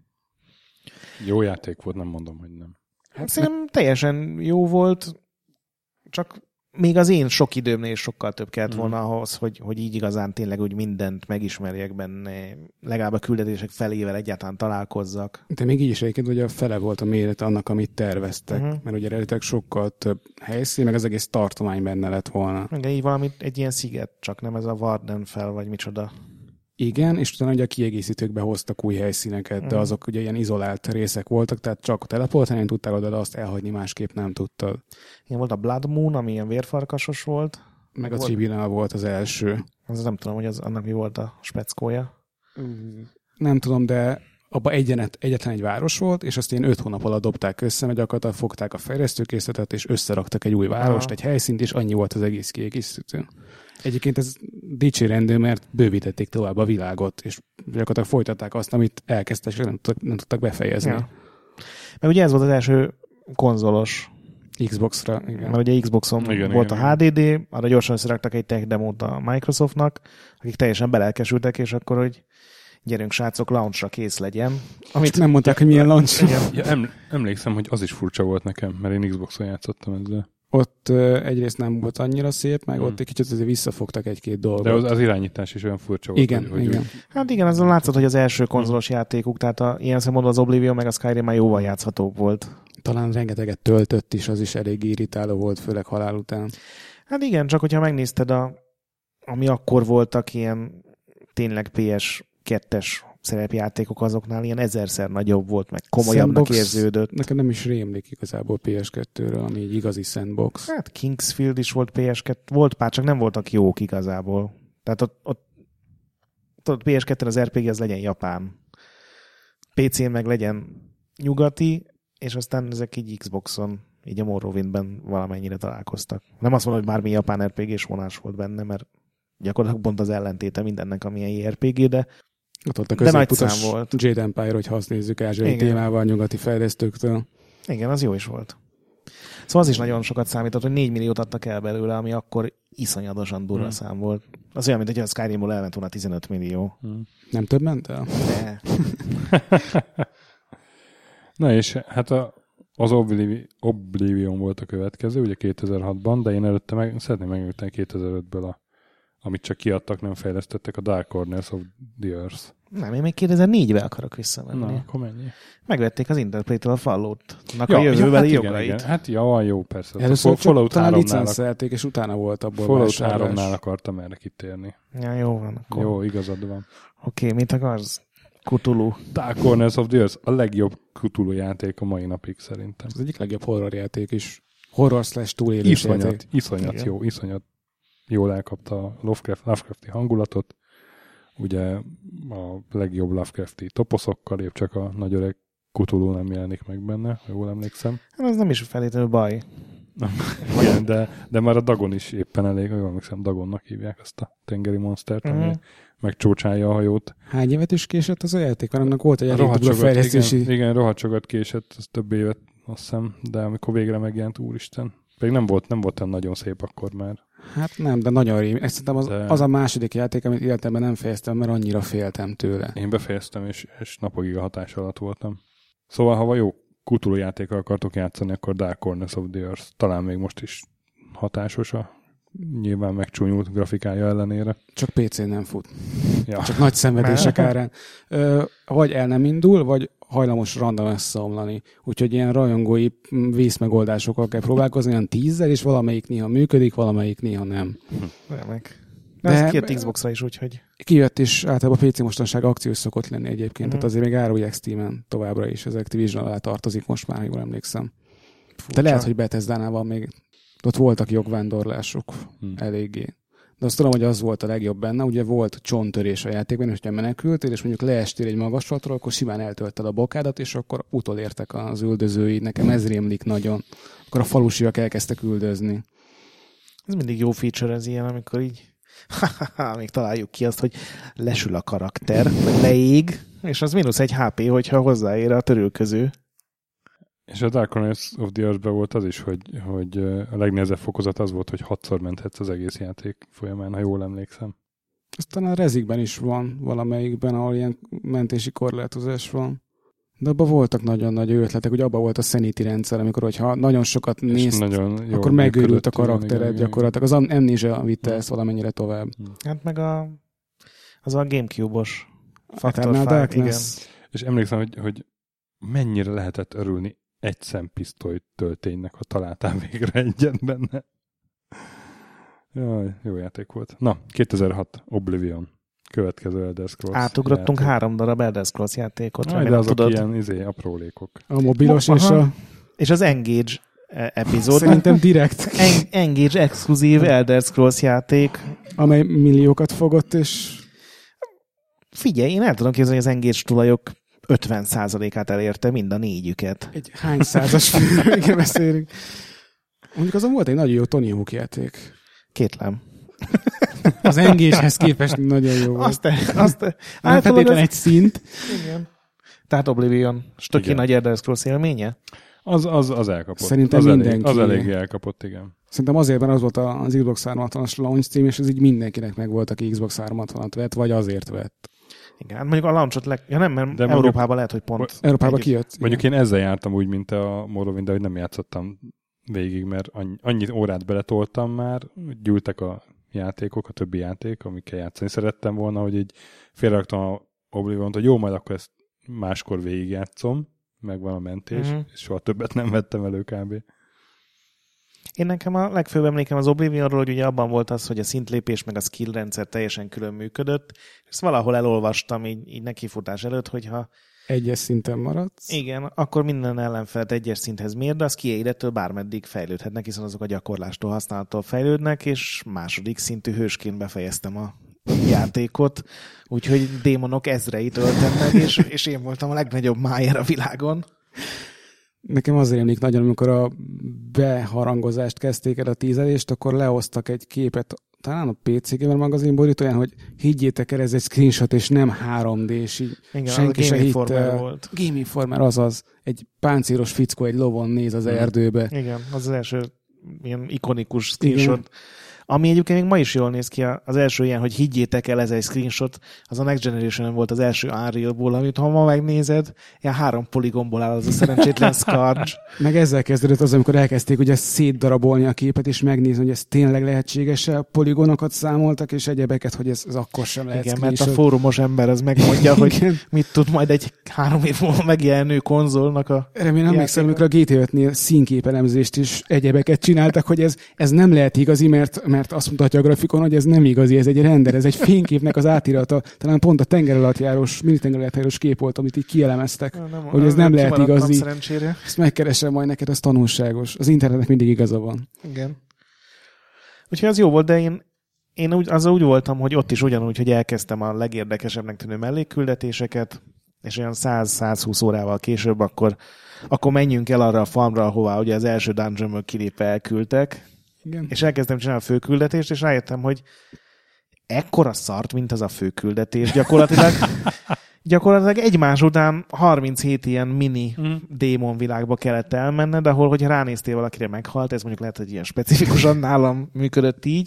Jó játék volt, nem mondom, hogy nem. Hát szerintem teljesen jó volt, csak még az én sok időmnél sokkal több kellett volna ahhoz, hogy így igazán tényleg úgy mindent megismerjek benne, legalább a küldetések felével egyáltalán találkozzak. De még így is egyébként, hogy a fele volt a méret annak, amit terveztek, mert ugye eredetileg sokkal több helyszín, meg az egész tartomány benne lett volna. Igen, így valami egy ilyen sziget, csak nem ez a Vardenfell, vagy micsoda. Igen, és utána ugye a kiegészítőkbe hoztak új helyszíneket, de azok ugye ilyen izolált részek voltak, tehát csak teleportálni tudtál oda, de azt elhagyni másképp nem tudtad. Igen, volt a Blood Moon, ami ilyen vérfarkasos volt. Meg a Tribunal volt az első. Az nem tudom, hogy annak mi volt a speckója. Nem tudom, de abban egyetlen egy város volt, és azt ilyen 5 hónap alatt dobták össze, mert gyakorlatilag fogták a fejlesztőkészletet, és összeraktak egy új várost, egy helyszínt, és annyi volt az egész kiegészítő. Egyébként ez dicsérendő, mert bővítették tovább a világot, és gyakorlatilag folytatták azt, amit elkezdtek, és nem tudtak befejezni. Ja. Mert ugye ez volt az első konzolos Xbox-ra, igen. Mert ugye Xboxon volt a HDD, arra gyorsan összeraktak egy tech demót a Microsoftnak, akik teljesen belelkesültek, és akkor, hogy gyerünk srácok, launchra kész legyen. Amit nem mondták, hogy milyen launch. Emlékszem, hogy az is furcsa volt nekem, mert én Xboxon játszottam ezzel. Ott egyrészt nem volt annyira szép, meg ott egy kicsit azért visszafogtak egy-két dolgot. De az irányítás is olyan furcsa volt. Igen, hogy igen. Hát igen, azon látszott, hogy az első konzolos játékuk, tehát ilyen szempontból az Oblivion meg a Skyrim már jóval játszhatóbb volt. Talán rengeteget töltött is, az is elég irritáló volt, főleg halál után. Hát igen, csak hogyha megnézted, ami akkor voltak ilyen tényleg PS2-es szerepjátékok, azoknál ilyen 1000-szer nagyobb volt, meg komolyabbnak érződött. Nekem nem is rémlik igazából PS2-ről, ami egy igazi sandbox. Hát Kingsfield is volt PS2, volt pár, csak nem voltak jók igazából. Tehát ott PS2-en az RPG az legyen japán. PC-n meg legyen nyugati, és aztán ezek így Xboxon, így a Morrowindben valamennyire találkoztak. Nem azt mondom, hogy bármi japán RPG-s vonás volt benne, mert gyakorlatilag pont az ellentéte mindennek, amilyen JRPG, de a nagy szám volt. Jade Empire, hogyha azt nézzük ázsiai témával, nyugati fejlesztőktől. Igen, az jó is volt. Szóval az is nagyon sokat számított, hogy 4 milliót adtak el belőle, ami akkor iszonyatosan durva szám volt. Az olyan, mint hogy a Skyrimból elment volna 15 millió. Nem több ment el? De. Na és hát az Oblivion volt a következő, ugye 2006-ban, de én előtte szeretném megnyugtani 2005-ből amit csak kiadtak, nem fejlesztettek, a Dark Corners of the Earth. Nem, én még 2004-be akarok visszamenni. Na, akkor mennyi? Megvették az Interplay-től a Fallout-nak a jövőbeli jogait. Igen. Hát jó, persze. Először Fallout 3-nál licenszelték, és utána volt abból Fallout 3-nál akartam erre kitérni. Ja, jó van. Akkor. Jó, igazad van. Oké, mit akarsz? Cthulhu. Dark Corners of the Earth, a legjobb Cthulhu játék a mai napig szerintem. Az egyik legjobb horror játék is. Horror/túlélős játék. Iszonyat jó, iszonyat jól elkapta a Lovecrafti hangulatot. Ugye a legjobb Lovecrafti toposzokkal, épp csak a nagy öreg Cthulhu nem jelenik meg benne, ha jól emlékszem. Ez nem is feltétlenül baj. Igen, de már a Dagon is éppen elég, jól emlékszem, Dagonnak hívják azt a tengeri monstert, ami megcsócsálja a hajót. Hány évet is késett az a játék? Mert annak volt egy elég dupla fejlesztési... Igen, rohadt sokat késett, az több évet, azt hiszem, de amikor végre megjelent, úristen. Pedig nem volt olyan nagyon szép akkor már. Hát nem, de nagyon rém. Szerintem az a második játék, amit életemben nem fejeztem, mert annyira féltem tőle. Én befejeztem, és napokig a hatás alatt voltam. Szóval, ha jó Cthulhu játékkal akartok játszani, akkor Dark Corners of the Earth talán még most is hatásos a nyilván megcsúnyult grafikája ellenére. Csak PC-n nem fut. Ja. Csak nagy szenvedések árán. Vagy el nem indul, vagy hajlamos random összeomlani. Úgyhogy ilyen rajongói vészmegoldásokkal kell próbálkozni, olyan 10-zel, és valamelyik néha működik, valamelyik néha nem. De ez kijött Xbox-ra is, úgyhogy... Kijött, és általában a PC mostanság akciós szokott lenni egyébként, tehát azért még árulják Steam-en továbbra is, az Activision alá tartozik most már, jól emlékszem. Furcsa. De lehet, hogy Bethesda-nál van még, ott voltak jogvándorlások eléggé. De azt tudom, hogy az volt a legjobb benne, ugye volt csonttörés a játékban, és hogyha menekültél, és mondjuk leestél egy magaslatról, akkor simán eltölted a bokádat, és akkor utolértek az üldözőid. Nekem ez rémlik nagyon. Akkor a falusiak elkezdtek üldözni. Ez mindig jó feature ez ilyen, amikor így még találjuk ki azt, hogy lesül a karakter, vagy leég, és az -1 HP, hogyha hozzáér a törülköző. És a Dark Corners of the Earth-ben volt az is, hogy a legnehezebb fokozat az volt, hogy 6-szor menthetsz az egész játék folyamán, ha jól emlékszem. Aztán a Rezikben is van valamelyikben, ahol ilyen mentési korlátozás van. De abban voltak nagyon nagy ötletek, hogy abban volt a sanity rendszer, amikor hogyha nagyon sokat nézt, akkor megőrült a karaktered gyakorlatilag. Az Amnesia vitte ezt valamennyire tovább. Hát meg az a Gamecube-os Factor 5, igen. És emlékszem, hogy mennyire lehetett örülni egy szempisztoly tölténynek, ha találtál végre egyet benne. Jaj, jó játék volt. Na, 2006 Oblivion. Következő Elder Scrolls átugrottunk játék. 3 darab Elder Scrolls játékot. De azok tudod. Ilyen aprólékok. A mobilos és az Engage epizód. Szerintem direkt. Engage exkluzív Elder Scrolls játék. Amely milliókat fogott, és... Figyelj, én el tudom képzelni, hogy az Engage tulajok 50%-át elérte mind a 4-üket. Egy hány százas filmről beszélünk. Mondjuk azon volt egy nagyon jó Tony Hawk játék. Kétlem. Az Engage-hez képest nagyon jó volt. Azt nem feltétlen egy szint. Igen. Tehát Oblivion. Stöki nagy Elder Scrolls élménye? Az elkapott. Szerintem az mindenki. Az eléggé elkapott, igen. Szerintem azért, mert az volt az Xbox 360-as launch cím, és ez így mindenkinek megvolt, aki Xbox 360-at vett, vagy azért vett. Igen, hát mondjuk a launchot mert Európában lehet, hogy pont... Európában kijött. Mondjuk én ezzel jártam úgy, mint a Morrowind, de hogy nem játszottam végig, mert annyi órát beletoltam már, gyűltek a játékok, a többi játék, amikkel játszani szerettem volna, hogy így félreraktam a Obliviont, hogy jó, majd akkor ezt máskor végigjátszom, megvan a mentés, és soha többet nem vettem elő kb. Én nekem a legfőbb emlékem az Oblivionról, hogy ugye abban volt az, hogy a szintlépés meg a skill rendszer teljesen külön működött, és ezt valahol elolvastam így nekifutás előtt, hogyha egyes szinten maradsz. Igen, akkor minden ellenfelet egyes szinthez mér, de az kiérettől bármeddig fejlődhetnek, hiszen azok a gyakorlástól, használattól fejlődnek, és második szintű hősként befejeztem a játékot, úgyhogy démonok ezreit öltem meg, és én voltam a legnagyobb májer a világon. Nekem azért emlék nagyon, amikor a beharangozást kezdték el a tízelést, akkor lehoztak egy képet, talán a PC Gamer magazin borítóján, hogy higgyétek el, ez egy screenshot, és nem 3D, és így igen, senki se hitte. Volt. Game Informer, azaz. Egy páncélos fickó egy lovon néz az erdőbe. Igen, az első ilyen ikonikus screenshot. Igen. Ami egyébként még ma is jól néz ki, az első ilyen, hogy higgyétek el, ez egy screenshot, az a Next Generation volt az első Unreal-ból, amit ha ma megnézed, ilyen 3 poligonból áll az a szerencsétlen Scourge. Meg ezzel kezdődött az, amikor elkezdték ugye szétdarabolni a képet, és megnézni, hogy ez tényleg lehetséges-e, poligonokat számoltak, és egyebeket, hogy ez akkor sem lehet igen, screenshot. Mert a fórumos ember az megmondja, hogy mit tud majd egy 3 év múlva megjelenő konzolnak a remélem emlékszem, amikor a GT5-nél színképelemzést is egyebeket csináltak, hogy ez nem lehet igazi, mert azt mutatja a grafikon, hogy ez nem igazi, ez egy render, ez egy fényképnek az átirata. Talán pont a mini-tengeralattjárós kép volt, amit így kielemeztek, hogy ez nem lehet igazi. Szerencsére. Ezt megkeresem majd neked, az tanulságos. Az internetnek mindig igaza van. Igen. Úgyhogy az jó volt, de én úgy voltam, hogy ott is ugyanúgy, hogy elkezdtem a legérdekesebbnek tűnő mellékküldetéseket, és olyan 100-120 órával később akkor menjünk el arra a farmra, ahová ugye az első dungeonből kilépve elküldtek. Igen. És elkezdtem csinálni a főküldetést, és rájöttem, hogy ekkora szart, mint az a főküldetés. Gyakorlatilag egymás után 37 ilyen mini démon világba kellett elmenned, ahol, hogyha ránéztél valakire, meghalt, ez mondjuk lehet, hogy ilyen specifikusan nálam működött így,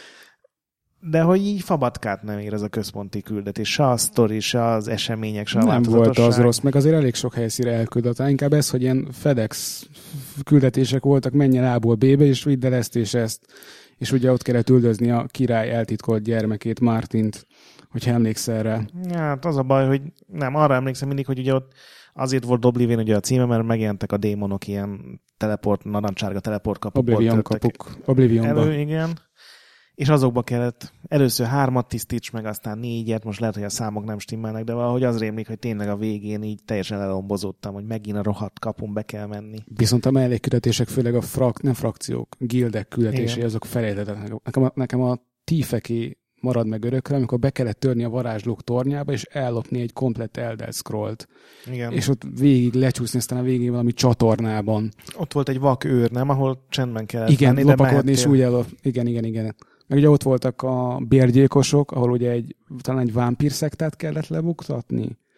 de hogy így fabatkát nem ér ez a központi küldetés. Se a sztori, se az események, se a változatosság. Nem volt az rossz, meg azért elég sok helyszíre elküldött. Inkább ez, hogy ilyen FedEx küldetések voltak, menjen A-ból B-be, és vidd el ezt és ezt. És ugye ott kellett üldözni a király eltitkolt gyermekét, Martint, hogyha emlékszel rá. Hát az a baj, hogy nem, arra emlékszem mindig, hogy ugye ott azért volt Oblivion ugye a címe, mert megjelentek a démonok ilyen narancsárga teleport kapuk. Oblivionba. Igen. És azokba kellett először 3 tisztíts meg, aztán 4, most lehet, hogy a számok nem stimmelnek, de valahogy az rémlik, hogy tényleg a végén így teljesen elombozottam, hogy megint a rohadt kapun be kell menni. Viszont a mellékküldetések, főleg nem frakciók, gildek küldetései, azok felejthetetlenek. Nekem a tífeké marad meg örökre, amikor be kellett törni a varázslók tornyába, és ellopni egy komplett Elder Scrollt. Igen. És ott végig lecsúszni, aztán a végén valami csatornában. Ott volt egy vak őr, nem? Ahol csendben kellett igen, menni, lopakodni, és úgy Igen. Meg ugye ott voltak a bérgyilkosok, ahol ugye talán egy vámpír szektát kellett lebuktatni.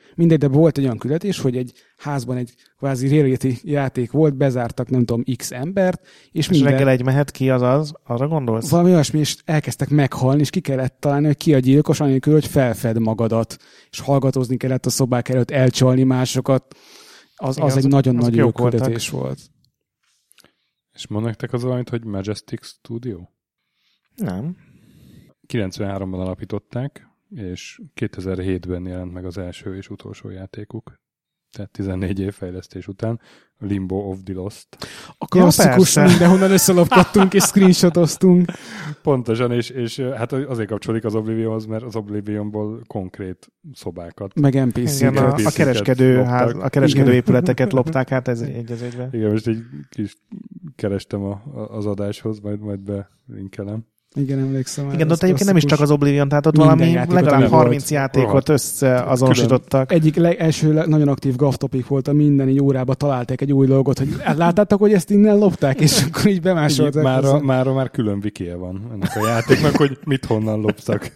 Mindegy, de volt egy olyan küldetés, hogy egy házban egy kvázi reality játék volt, bezártak nem tudom x embert, és reggel egy mehet ki, arra gondolsz? Valami olyasmi, és elkezdtek meghalni, és ki kellett találni, hogy ki a gyilkos, anélkül, hogy felfed magadat, és hallgatózni kellett a szobák előtt, elcsalni másokat. Az egy nagyon-nagyon jó küldetés volt. És mond nektek az valamit, hogy Majestic Studio? Nem. 93-ban alapították, és 2007-ben jelent meg az első és utolsó játékuk. Tehát 14 év fejlesztés után. Limbo of the Lost. A klasszikus, mindenhonnan összelopkodtunk és screenshotoztunk. Pontosan, és hát azért kapcsolódik az Oblivionhoz, mert az Oblivionból konkrét szobákat. Meg NPC-ket. A kereskedő épületeket lopták át egy az egyben. Igen, most egy kis kerestem az adáshoz, majd belinkelem. Igen, emlékszem. Igen, de ott egyébként nem is csak az Oblivion, tehát ott valami legalább 30 játékot összeazonosítottak. Egyik első nagyon aktív gaff topic volt, a minden órába találták egy új logot, hogy láttátok, hogy ezt innen lopták, és akkor így bemásolták. Már külön wikije van ennek a játéknak, hogy mit honnan loptak.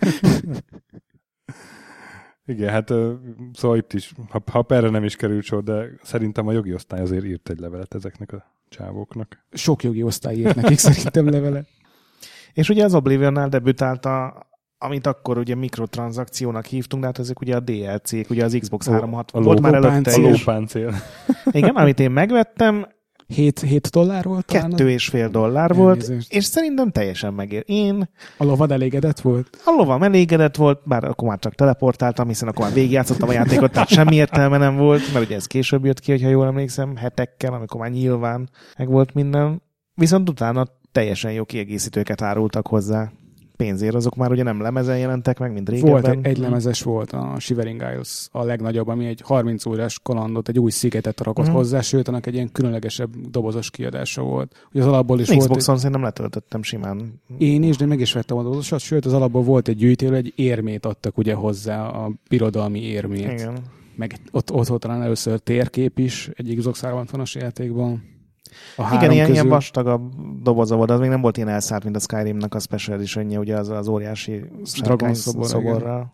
Igen, hát szóval itt is, ha erre nem is került sor, de szerintem a jogi osztály azért írt egy levelet ezeknek a csávóknak. Sok jogi osztály írt nekik szerintem levelet. És ugye az Oblivionnál debütált amit akkor ugye mikrotranszakciónak hívtunk, de hát ezek ugye a DLC-k, ugye az Xbox 360 volt már előtte. A lópáncél. Igen, amit én megvettem, $7 volt talán? $2,5 volt, és szerintem teljesen megér. A lovad elégedett volt? A lovam elégedett volt, bár akkor már csak teleportáltam, hiszen akkor már végigjátszottam a játékot, tehát semmi értelme nem volt, mert ugye ez később jött ki, hogyha jól emlékszem, hetekkel, amikor már nyilván meg volt minden. Viszont utána teljesen jó kiegészítőket árultak hozzá. Pénzért azok már ugye nem lemezen jelentek meg, mint régebben. Volt egy lemezes volt, a Shivering Isles a legnagyobb, ami egy 30 órás kalandot, egy új szigetet rakott hozzá, sőt, annak egy ilyen különlegesebb dobozos kiadása volt. Ugye az alapból is Xboxon szerintem letöltöttem simán. Én is, de meg is vettem a dobozosat, sőt, az alapból volt egy gyűjtélő, egy érmét adtak ugye hozzá, a birodalmi érmét. Igen. Meg ott volt talán először térkép is egy Xbox 360-as játékban. Igen, ilyen vastagabb doboza volt, az még nem volt ilyen elszárt, mint a Skyrimnak a Special Edition-je, ugye az óriási Dragon szoborral.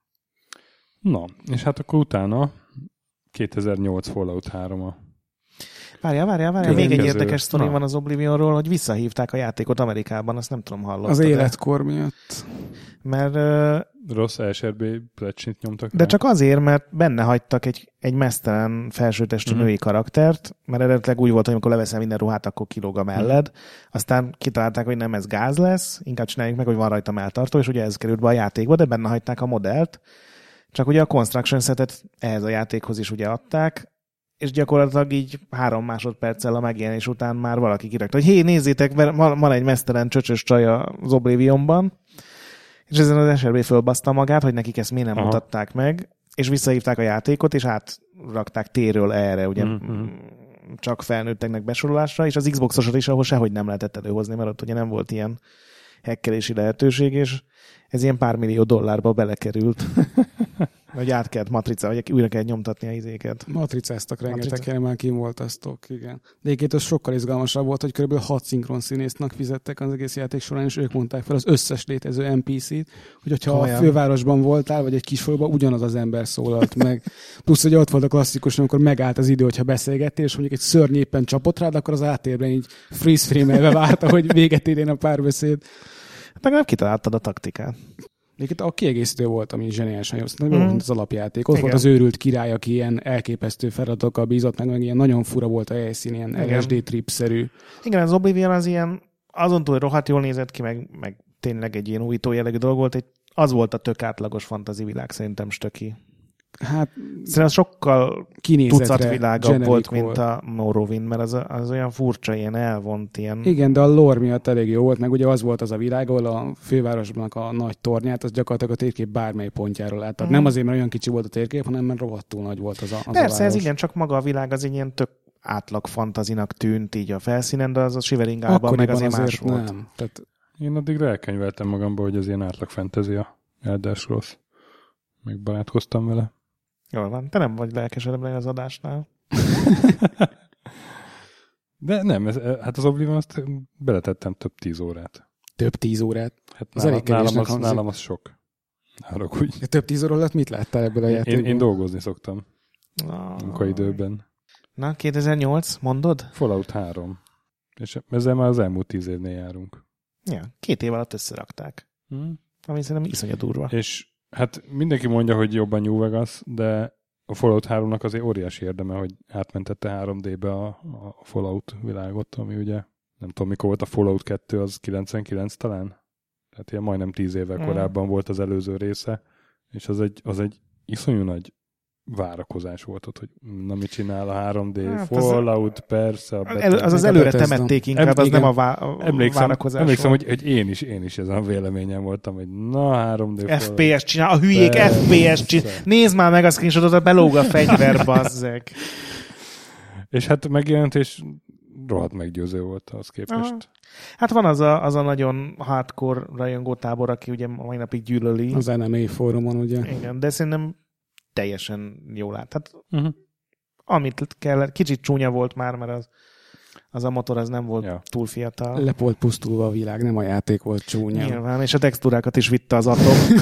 Na, és hát akkor utána 2008 Fallout 3 Várjál, még egy érdekes sztori van az Oblivionról, hogy visszahívták a játékot Amerikában, azt nem tudom, hallottad. Az életkor miatt. Mert... Rossz SRB plecsnit nyomtak de rá. Csak azért, mert benne hagytak egy meztelen felsőtestű női karaktert, mert eredetileg úgy volt, hogy amikor leveszel minden ruhát, akkor kilóg a melled. Aztán kitalálták, hogy nem, ez gáz lesz, inkább csináljuk meg, hogy van rajta melltartó, és ugye ez került be a játékba, de benne hagyták a modellt. Csak ugye a Construction setet ehhez a játékhoz is ugye adták, és gyakorlatilag így 3 másodperccel a megjelenés után már valaki kirakta, hogy hé, nézzétek, mert van egy meztelen csöcsös csaj az Oblivionban, és ezen az SRB fölbaszta magát, hogy nekik ezt miért nem mutatták meg, és visszahívták a játékot, és átrakták T-ről erre, ugye csak felnőtteknek besorolásra, és az Xbox-osat is, ahol sehogy nem lehetett előhozni, mert ott ugye nem volt ilyen hackerési lehetőség, és ez ilyen pár millió dollárba belekerült. Hogy át kellett vagy újra kellett nyomtatni a izéket. Matricáztak rengeteg, már kim volt a sztok, igen. De egyébként az sokkal izgalmasabb volt, hogy kb. 6 szinkron színésznek fizettek az egész játék során, és ők mondták fel az összes létező NPC-t, hogyha a fővárosban voltál, vagy egy kisfaluban, ugyanaz az ember szólalt meg. Plusz, hogy ott volt a klasszikus, amikor megállt az idő, hogyha beszélgettél, és mondjuk egy szörny éppen csapott rád, akkor az áttérben így freeze frame-elve várta, hogy véget érjen a párbeszéd. Meg nem kitaláltad a taktikát. A kiegészítő volt, ami zseniálisan jó, szerintem volt az alapjáték. Ott volt az őrült király, aki ilyen elképesztő feladatokkal bízott, meg ilyen nagyon fura volt a helyszín, ilyen LSD trip-szerű. Igen, az Oblivion az ilyen, azon túl, hogy rohadt jól nézett ki, meg tényleg egy ilyen újító jellegű dolog volt, az volt a tök átlagos fantasy világ, szerintem stöki. Hát szerintem sokkal tucatvilágabb volt, mint a Morrowind, mert az olyan furcsa, ilyen elvont, ilyen... Igen, de a lore miatt elég jó volt, meg ugye az volt az a világ, ahol a fővárosban a nagy tornyát, az gyakorlatilag a térkép bármely pontjáról láttak. Nem azért, mert olyan kicsi volt a térkép, hanem mert rohadtul nagy volt az persze, ez igen, csak maga a világ az egy ilyen tök átlag fantazinak tűnt így a felszínen, de az a Shivering Isle-ban meg azért más volt. Nem. Tehát én addigra elkönyveltem magamba, hogy az ilyen átlag fantasy a Elder Scrolls. Megbarátkoztam vele. Jól van, te nem vagy lelkesedebb az adásnál. De nem, hát az Oblivion azt beletettem több 10 órát. Több 10 órát? Hát nálam az sok. Haragudj. Több 10 óra alatt mit láttál ebből a játékból? Én dolgozni szoktam. Munkaidőben. Na, 2008, mondod? Fallout 3. És ezzel már az elmúlt 10 évnél járunk. Ja, 2 év alatt összerakták. Ami szerintem iszonyat durva. És hát mindenki mondja, hogy jobban New Vegas, de a Fallout 3-nak azért óriási érdeme, hogy átmentette 3D-be a Fallout világot, ami ugye, nem tudom mikor volt a Fallout 2, az 99 talán? Tehát ilyen majdnem 10 évvel korábban volt az előző része, és az egy iszonyú nagy várakozás volt ott, hogy na mit csinál a 3D, hát Fallout, persze. Az előre temették inkább, az nem a várakozás. Emlékszem, hogy én is ezen a véleményem voltam, hogy na 3D FPS csinál, a hülyék FPS csinál. Nézd már meg a screenshotot, belóg a fegyver, bazzeg. És hát megjelent, és rohadt meggyőző volt az képest. Aha. Hát van az a nagyon hardcore rajongó tábor, aki ugye mai napig gyűlöli. Az NMA fórumon, ugye? Igen, de szerintem teljesen jól lát. Hát, amit kell, kicsit csúnya volt már, mert az a motor az nem volt túl fiatal. Le volt pusztulva a világ, nem a játék volt csúnya. Nyilván, és a textúrákat is vitte az atom.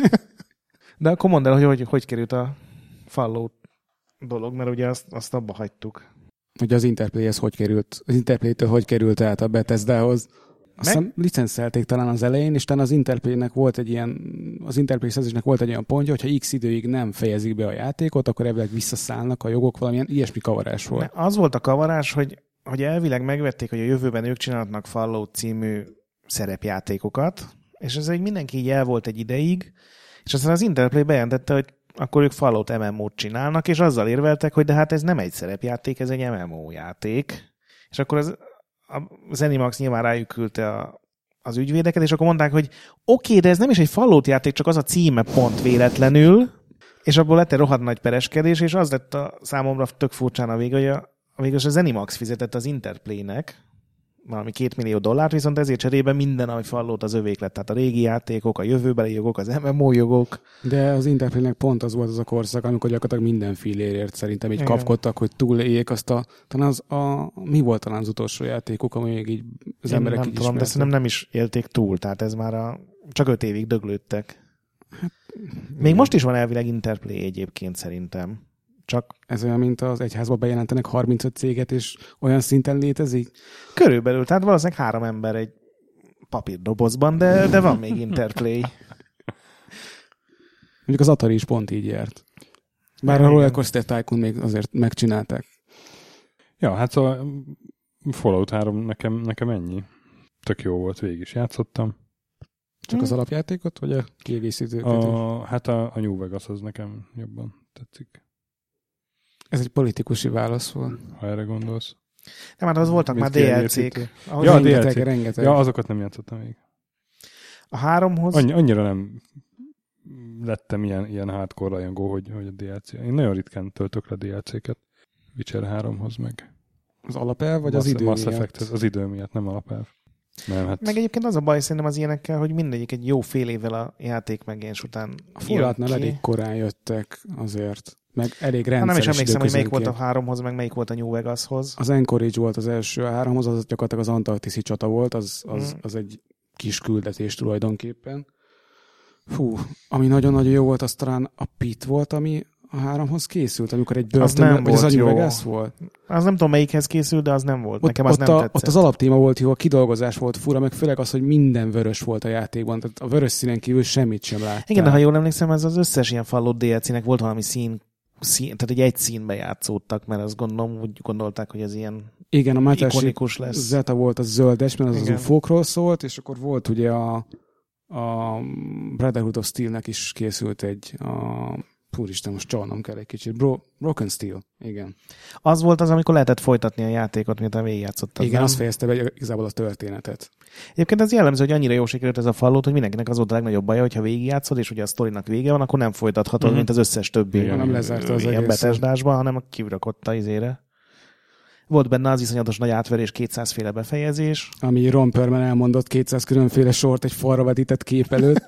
De akkor mondd el, hogy került a Fallout dolog, mert ugye azt abba hagytuk. Hogy az Interplay-hez hogy került, az Interplay-től hogy került át a Bethesdához. Aztán licenszelték talán az elején, és talán az Interplay-nek volt egy ilyen, az Interplay szerzésnek volt egy olyan pontja, hogyha X időig nem fejezik be a játékot, akkor elvileg visszaszállnak a jogok, valamilyen ilyesmi kavarás volt. Az volt a kavarás, hogy elvileg megvették, hogy a jövőben ők csinálnak Fallout című szerepjátékokat, és ez mindenki így el volt egy ideig, és aztán az Interplay bejelentette, hogy akkor ők Fallout MMO-t csinálnak, és azzal érveltek, hogy de hát ez nem egy szerepjáték, ez egy MMO játék. És akkor az Zenimax nyilván rájuk küldte az ügyvédeket, és akkor mondták, hogy oké, de ez nem is egy Fallout játék, csak az a címe pont véletlenül, és abból lett egy rohadt nagy pereskedés, és az lett a számomra tök furcsán a vége, hogy a Zenimax fizetett az Interplay-nek valami $2 millió, viszont ezért cserébe minden, ami Fallout, az övék lett. Tehát a régi játékok, a jövőbeli jogok, az MMO jogok. De az Interplaynek pont az volt az a korszak, amikor gyakorlatilag minden fillérért szerintem így kapkodtak, hogy túléljék azt talán mi volt talán az utolsó játékuk, ami még így az emberek nem így tudom, de szerintem nem is élték túl, tehát ez már csak 5 évig döglődtek. Hát, még most is van elvileg Interplay egyébként szerintem. Csak ez olyan, mint az egyházba bejelentenek 35 céget, és olyan szinten létezik? Körülbelül, tehát valószínűleg 3 ember egy papírdobozban, de van még Interplay. Mondjuk az Atari is pont így járt. Bár a Rollercoaster Tycoon még azért megcsinálták. Ja, hát a Fallout 3 nekem ennyi. Tök jó volt, végig is játszottam. Csak az alapjátékot, vagy a kiegészítőket? Hát a New Vegas az nekem jobban tetszik. Ez egy politikusi válasz volt. Ha erre gondolsz. Nem, hát az voltak már DLC-k. Ja, rengeteg. Ja, azokat nem játszottam még. A 3-hoz... Annyira nem lettem ilyen hardcore rajongó, hogy a DLC. Én nagyon ritkán töltök le DLC-ket. Witcher 3-hoz meg. Az alapelv, vagy az idő Mass miatt? Effect, az idő miatt, nem alapelv. Nem, hát... Meg egyébként az a baj szerintem az ilyenekkel, hogy mindegyik egy jó fél évvel a játék megjelenés után a Falloutnál elég korán jöttek azért. Meg elég rendszeres. Nem is emlékszem, hogy melyik volt a 3-hoz, meg melyik volt a New Vegashoz. Az Anchorage volt az első, a 3-hoz, az gyakorlatilag az antarktiszi csata volt, az egy kis küldetés tulajdonképpen. Fú, ami nagyon-nagyon jó volt, az talán a Pit volt, ami a 3-hoz készült, amikor egy börtön, vagy az a New Vegas volt. Az nem tudom melyikhez készült, de az nem volt. Nekem az nem tetszett. Ott az alaptéma volt jó, a kidolgozás volt fura, meg főleg az, hogy minden vörös volt a játékban, tehát a vörös színen kívül semmit sem láttál. Igen, de ha jól emlékszem, ez az összes ilyen Fallout DLC-nek volt valami szín, tehát egy színbe játszódtak, mert azt gondolom, úgy gondolták, hogy ez ilyen igen, a ikonikus lesz. Zeta volt az zöldes, mert az UFO-król szólt, és akkor volt ugye a Brotherhood of Steel-nek is készült egy úristen, most csalnom kell egy kicsit. Broken Steel, igen. Az volt az, amikor lehetett folytatni a játékot, miután végigjátszottad. Igen, azt fejezte be igazából a történetet. Egyébként az jellemző, hogy annyira jól sikerült ez a Fallout, hogy mindenkinek az volt a legnagyobb baja, hogyha végigjátszod, és ugye a sztorinak vége van, akkor nem folytathatod, mint az összes többi nem lezárta az ilyen Bethesdásban, hanem kivrakodta izére. Volt benne az iszonyatos nagy átverés, 200 féle befejezés. Ami Ron Perlman elmondott 200 különféle sort egy falra vetített kép előtt.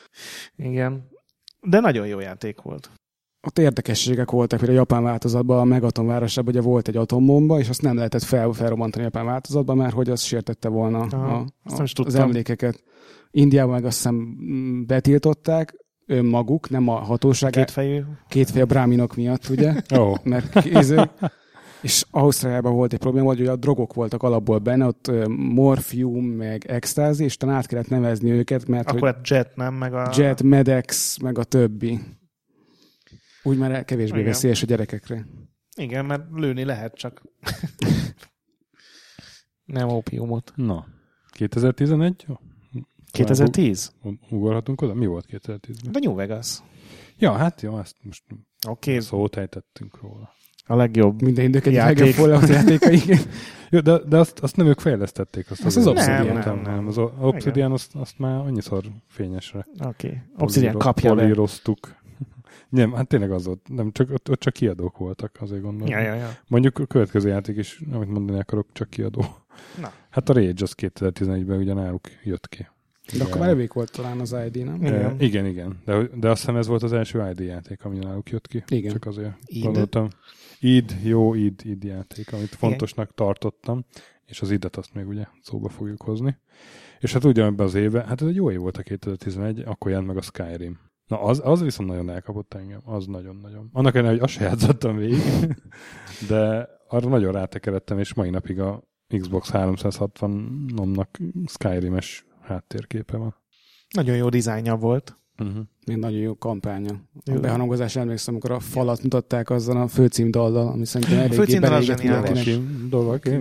Igen. De nagyon jó játék volt. Ott érdekességek voltak, például a japán változatban, a Megaton városában ugye volt egy atombomba, és azt nem lehetett felrobbantani a japán változatban, mert hogy az sértette volna az emlékeket. Indiában meg azt hiszem betiltották, önmaguk, nem a hatóság. Kétfejű a bráminok miatt, ugye? Mert és Ausztráliában volt egy probléma, hogy a drogok voltak alapból benne, ott morfium, meg extázi, és talán át kellett nevezni őket, mert akkor hogy Jet, nem? Meg a... Jet, Medex, meg a többi. Úgy már kevésbé veszélyes a gyerekekre. Igen, mert lőni lehet, csak nem ópiumot. Na, 2011? 2010? Ugorhatunk oda? Mi volt 2010-ben? A New Vegas. Ja, hát jó, ezt most szót ejtettünk róla. A legjobb minden idők legjobb Fallout játéka, igen. Jó, de azt nem ők fejlesztették. Azt az Obsidian. Nem. Az Obsidian azt már annyiszor fényesre. Oké. Obsidian kapja be. Políroztuk. Nem, hát tényleg az nem, ott csak kiadók voltak, azért gondolom. Ja. Mondjuk a következő játék is, amit mondani akarok, csak kiadó. Na. Hát a Rage az 2011-ben ugye náluk jött ki. De akkor már elég volt talán az ID, nem? Igen. De azt hiszem ez volt az első ID játék, ami náluk jött ki. Igen. Csak azért gondoltam. id játék, amit fontosnak tartottam, és az idet azt még ugye szóba fogjuk hozni. És hát ugyanebben az évben, hát ez egy jó év volt a 2011, akkor jelent meg a Skyrim. Na, az viszont nagyon elkapott engem. Az nagyon-nagyon. Annak ellenére, hogy azt se játszottam végig, de arra nagyon rátekeredtem, és mai napig a Xbox 360-omnak Skyrim-es háttérképe van. Nagyon jó dizájnja volt. Még nagyon jó kampánya. A behanangozás emlékszem, amikor a falat mutatták azzal a főcímdallal, ami szerintem eléggé belégett mindenkinek.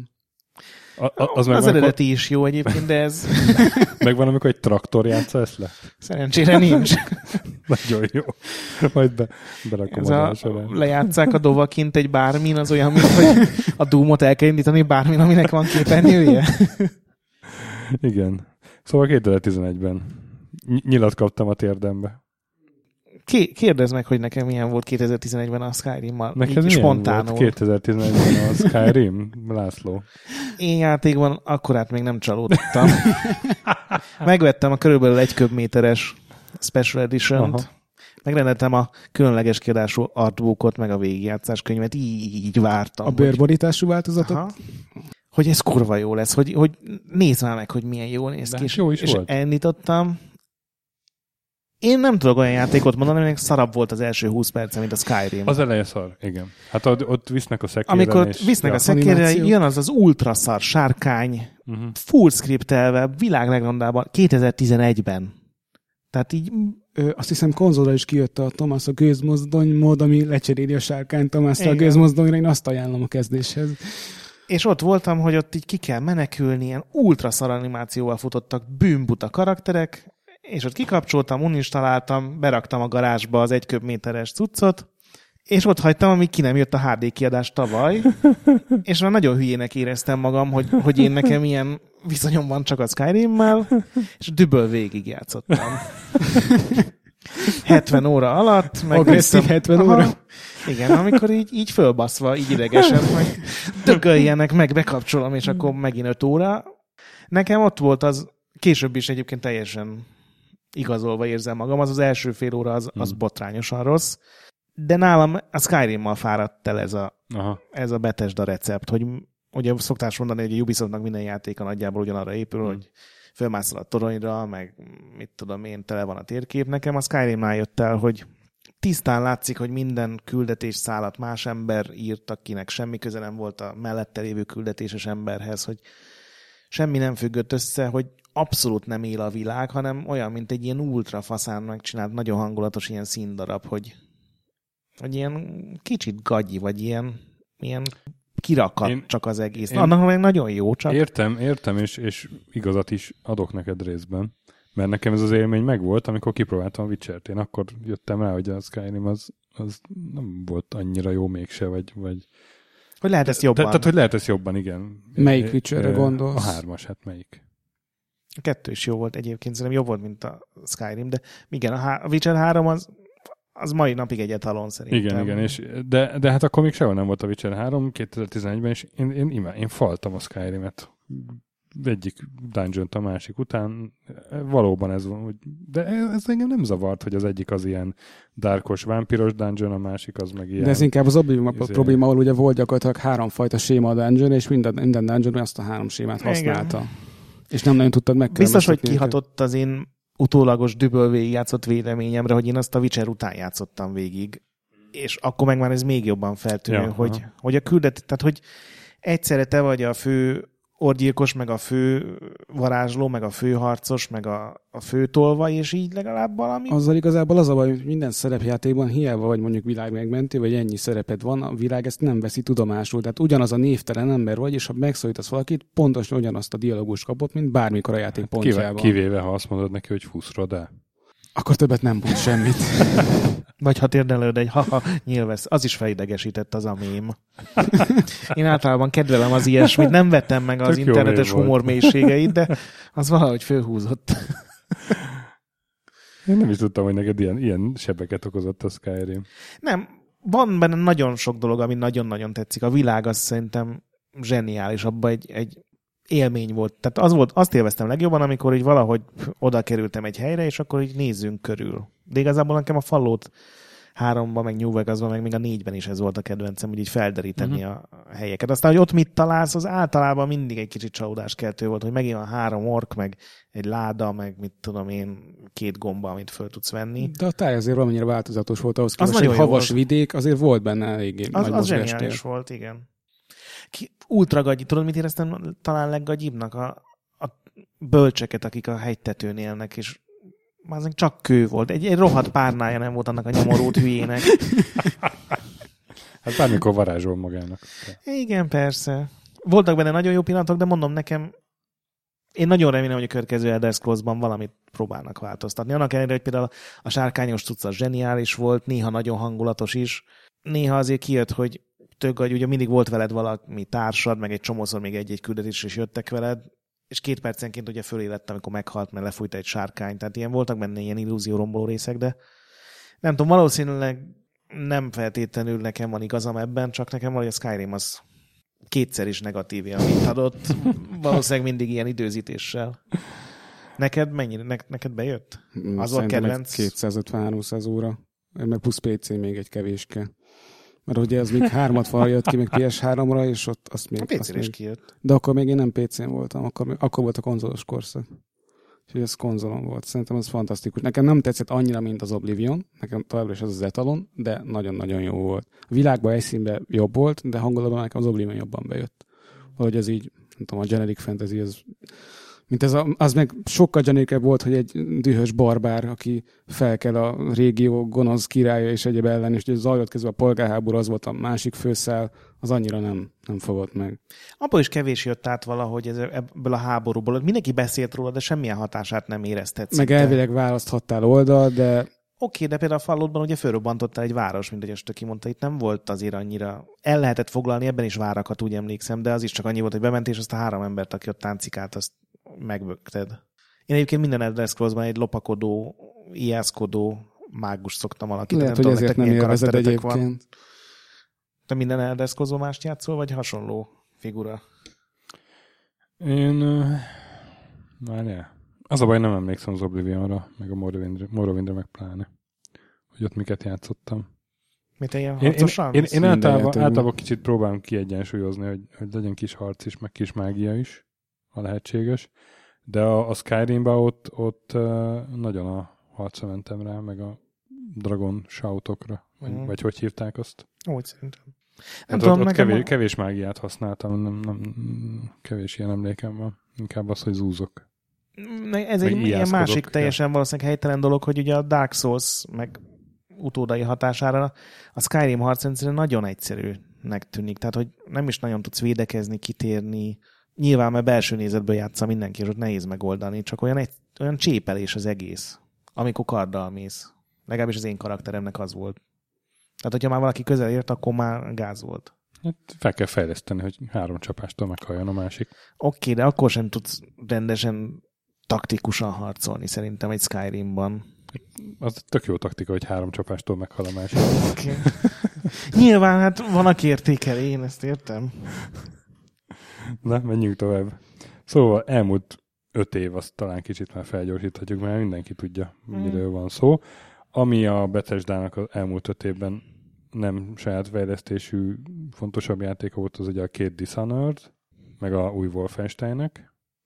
Az eredeti is jó egyébként, de ez... Megvan, amikor egy traktor játsza ezt le? Szerencsére nincs. Nagyon jó. Majd berakom az lejátszák a dovakint egy bármin, az olyan, mint hogy a Doom-ot el kell indítani bármin, aminek van képernyője. Igen. Szóval 2011-ben nyilat kaptam a térdembe. Kérdezd meg, hogy nekem milyen volt 2011-ben a Skyrim-mal. Neked milyen spontánul volt 2011-ben a Skyrim, László? Én játékban akkorát még nem csalódtam. Megvettem a körülbelül 1 köbméteres Special Edition-t. Megrendeltem a különleges kiadású artbookot, meg a végigjátszás könyvet. Így vártam. A bőrborítású változatot? Aha. Hogy ez kurva jó lesz. Hogy nézd már meg, hogy milyen jól néz ki. Jó is és volt. elnyitottam. Én nem tudok olyan játékot mondani, aminek szarabb volt az első 20 perc, mint a Skyrim. Az eleje szar, igen. Hát ott visznek a szekérre. Amikor visznek a szekérre, jön az ultra szar sárkány, full scriptelve, világ legrondában 2011-ben. Tehát így... Azt hiszem konzolra is kijött a Thomas a gőzmozdony mód, ami lecseréli a sárkány Thomas-ra a gőzmozdonyra, én azt ajánlom a kezdéshez. És ott voltam, hogy ott így ki kell menekülni, ilyen ultra szar animációval futottak bűnbuta karakterek, és ott kikapcsoltam, uninstaláltam, beraktam a garázsba az 1 köbméteres cuccot, és ott hagytam, amíg ki nem jött a HD kiadás tavaly, és már nagyon hülyének éreztem magam, hogy én nekem ilyen viszonyom van csak a Skyrimmel, és düböl végig játszottam. 70 óra alatt. Agresszív 70 óra? Igen, amikor így fölbaszva, így idegesen, hogy dögöljenek meg, bekapcsolom, és akkor megint 5 óra. Nekem ott volt az, később is egyébként teljesen igazolva érzem magam, az első fél óra az botrányosan rossz, de nálam a Skyrimmal fáradt el ez a Bethesda recept, hogy ugye szokták mondani, hogy a Ubisoftnak minden játéka nagyjából ugyanarra épül, hogy fölmászol a toronyra, meg mit tudom én, tele van a térkép. Nekem a Skyrimnál jött el, hogy tisztán látszik, hogy minden küldetés szállat más ember írt, akinek semmi köze nem volt a mellette lévő küldetéses emberhez, hogy semmi nem függött össze, hogy abszolút nem él a világ, hanem olyan, mint egy ilyen ultra faszán megcsinált, nagyon hangulatos ilyen színdarab, hogy ilyen kicsit gagyi, vagy ilyen kirakat csak az egész. Annak meg nagyon jó, csak... Értem, és igazat is adok neked részben. Mert nekem ez az élmény megvolt, amikor kipróbáltam a Witcher-t. Én akkor jöttem rá, hogy a Skyrim az nem volt annyira jó mégse, vagy... Hogy lehet ezt jobban. Tehát, hogy lehet ezt jobban, igen. Melyik Witcherre gondolsz? A 3-as, hát melyik? A 2 is jó volt egyébként, szerintem jobb volt, mint a Skyrim, de igen, a Witcher 3 az mai napig egy etalon szerintem. Igen, és de hát akkor még sehol nem volt a Witcher 3 2011-ben, és én faltam a Skyrimet. Egyik dungeon-t a másik után. Valóban ez van, de ez engem nem zavart, hogy az egyik az ilyen darkos, vámpiros dungeon, a másik az meg ilyen... De ez inkább az probléma, ahol ugye volt gyakorlatilag 3 fajta séma a dungeon, és minden dungeon azt a 3 sémát használta. Igen. És nem nagyon tudtad megkülönböztetni. Biztos, hogy kihatott az én utólagos düböl végigjátszott véleményemre, hogy én azt a Witcher után játszottam végig. És akkor meg már ez még jobban feltűnő, hogy a küldet, tehát hogy egyszerre te vagy a fő orgyilkos, meg a fő varázsló, meg a fő harcos, meg a fő tolva, és így legalább valami. Azzal igazából az a baj, hogy minden szerepjátékban hiába vagy mondjuk világ megmentő, vagy ennyi szereped van, a világ ezt nem veszi tudomásul. Tehát ugyanaz a névtelen ember vagy, és ha megszólítasz valakit, pontosan ugyanazt a dialógust kapott, mint bármikor a játék pontjában. Kivéve, ha azt mondod neki, hogy fuszrod el. Akkor többet nem mond semmit. Vagy ha térdelőd egy haha nyilvesz, az is felidegesített az a mém. Én általában kedvelem az ilyesmit, nem vettem meg az internetes humor mélységeit, de az valahogy fölhúzott. Én nem is tudtam, hogy neked ilyen sebeket okozott a Skyrim. Nem, van benne nagyon sok dolog, ami nagyon-nagyon tetszik. A világ az szerintem zseniális, abban egy élmény volt. Tehát azt élveztem legjobban, amikor így valahogy oda kerültem egy helyre, és akkor így nézzünk körül. De igazából nekem a Fallout 3-ban, meg New Vegasban, meg még a 4-ben is ez volt a kedvencem, hogy így felderíteni a helyeket. Aztán, hogy ott mit találsz, az általában mindig egy kicsit csalódáskeltő volt, hogy megint van 3 ork, meg egy láda, meg mit tudom én, 2 gomba, amit föl tudsz venni. De a táj azért valamennyire változatos volt ahhoz képest, egy havas vidék, azért volt benne eléggé nagy az zseniális volt, igen. Ultra gagyi, tudod, mit éreztem talán leggagyibbnak? A bölcseket, akik a hegytetőn élnek, és már csak kő volt. Egy rohadt párnája nem volt annak a nyomorult hülyének. Hát bármikor varázsol magának. Igen, persze. Voltak benne nagyon jó pillanatok, de mondom nekem, én nagyon remélem, hogy a következő Elder Scrolls-ban valamit próbálnak változtatni. Annak ellenére, hogy például a sárkányos cucca zseniális volt, néha nagyon hangulatos is. Néha azért kijött, hogy hogy ugye mindig volt veled valami társad, meg egy csomószor még egy-egy küldetés is jöttek veled, és 2 percenként ugye fölé lett, amikor meghalt, mert lefújta egy sárkány. Tehát ilyen voltak benne ilyen illúzióromboló részek, de nem tudom, valószínűleg nem feltétlenül nekem van igazam ebben, csak nekem valahogy a Skyrim az 2-szer is negatív élményt adott. Valószínűleg mindig ilyen időzítéssel. Neked mennyire? Neked bejött? Az a kedvenc? 250-300 óra. Meg plusz PC még egy kevéske. Mert ugye az még 360-ra jött ki, még PS3-ra, és ott azt még... A PC-re is kijött. De akkor még én nem PC-n voltam, akkor volt a konzolos korszak. Úgyhogy ez konzolon volt. Szerintem ez fantasztikus. Nekem nem tetszett annyira, mint az Oblivion, nekem továbbra is az etalon, de nagyon-nagyon jó volt. A világban egy színben jobb volt, de hangulatban nekem az Oblivion jobban bejött. Valahogy ez így, nem tudom, a generic fantasy, mint az meg sokkal generikebb volt, hogy egy dühös barbár, aki felkel a régió gonosz királya és egyéb ellen, és zajlott közben a polgárháború, az volt a másik főszál, az annyira nem fogott meg. Abból is kevés jött át valahogy ebből a háborúból. Mindenki beszélt róla, de semmilyen hatását nem érezted. Meg elvileg választhattál oldal, de... Oké, de például a Falloutban ugye fölrobbantottál egy város, mint ahogy Stöki mondta, itt nem volt azért annyira... El lehetett foglalni, ebben is várakat, úgy emlékszem, de az is csak annyi volt, hogy bement, és azt a 3 embert, aki ott táncikált, azt megbökted. Én egyébként minden Elder Scrolls-ban egy lopakodó, ijeszkodó mágus szoktam alakítani. Lehet, hogy ezért nem élvezed egyébként. Van. Te minden Elder Scrolls-ban mást játszol, vagy hasonló figura? Én... Az a baj, nem emlékszem az Oblivionra, meg a Morrowindre meg pláne. Hogy ott miket játszottam. Mit ilyen harcosan? Én általában kicsit próbálom kiegyensúlyozni, hogy legyen kis harc is, meg kis mágia is, ha lehetséges. De a Skyrimben ott nagyon a harcra mentem rá, meg a Dragon Shoutokra. Vagy hogy hívták azt? Úgy szerintem. Nem tudom, ott kevés mágiát használtam, nem, kevés ilyen emlékem van. Inkább az, hogy zúzok. Ez egy ilyen másik teljesen valószínűleg helytelen dolog, hogy ugye a Dark Souls meg utódai hatására a Skyrim harcrendszere nagyon egyszerűnek tűnik. Tehát, hogy nem is nagyon tudsz védekezni, kitérni. Nyilván, mert belső nézetből játsza mindenki, és ott nehéz megoldani. Csak olyan csépelés az egész, amikor karddal mész. Legalábbis az én karakteremnek az volt. Tehát, hogyha már valaki közel ért, akkor már gáz volt. Hát fel kell fejleszteni, hogy 3 csapástól meghalljon a másik. Oké, de akkor sem tudsz rendesen taktikusan harcolni szerintem egy Skyrimban. Az tök jó taktika, hogy 3 csapástól meghal a másik. Okay. Nyilván, hát van, aki értékel, én ezt értem. Na, menjünk tovább. Szóval elmúlt 5 év, azt talán kicsit már felgyorsíthatjuk, mert mindenki tudja, miről van szó. Ami a Bethesdának az elmúlt 5 évben nem saját fejlesztésű fontosabb játéka volt, az ugye a 2 Dishonored, meg a új Wolfensteinnek.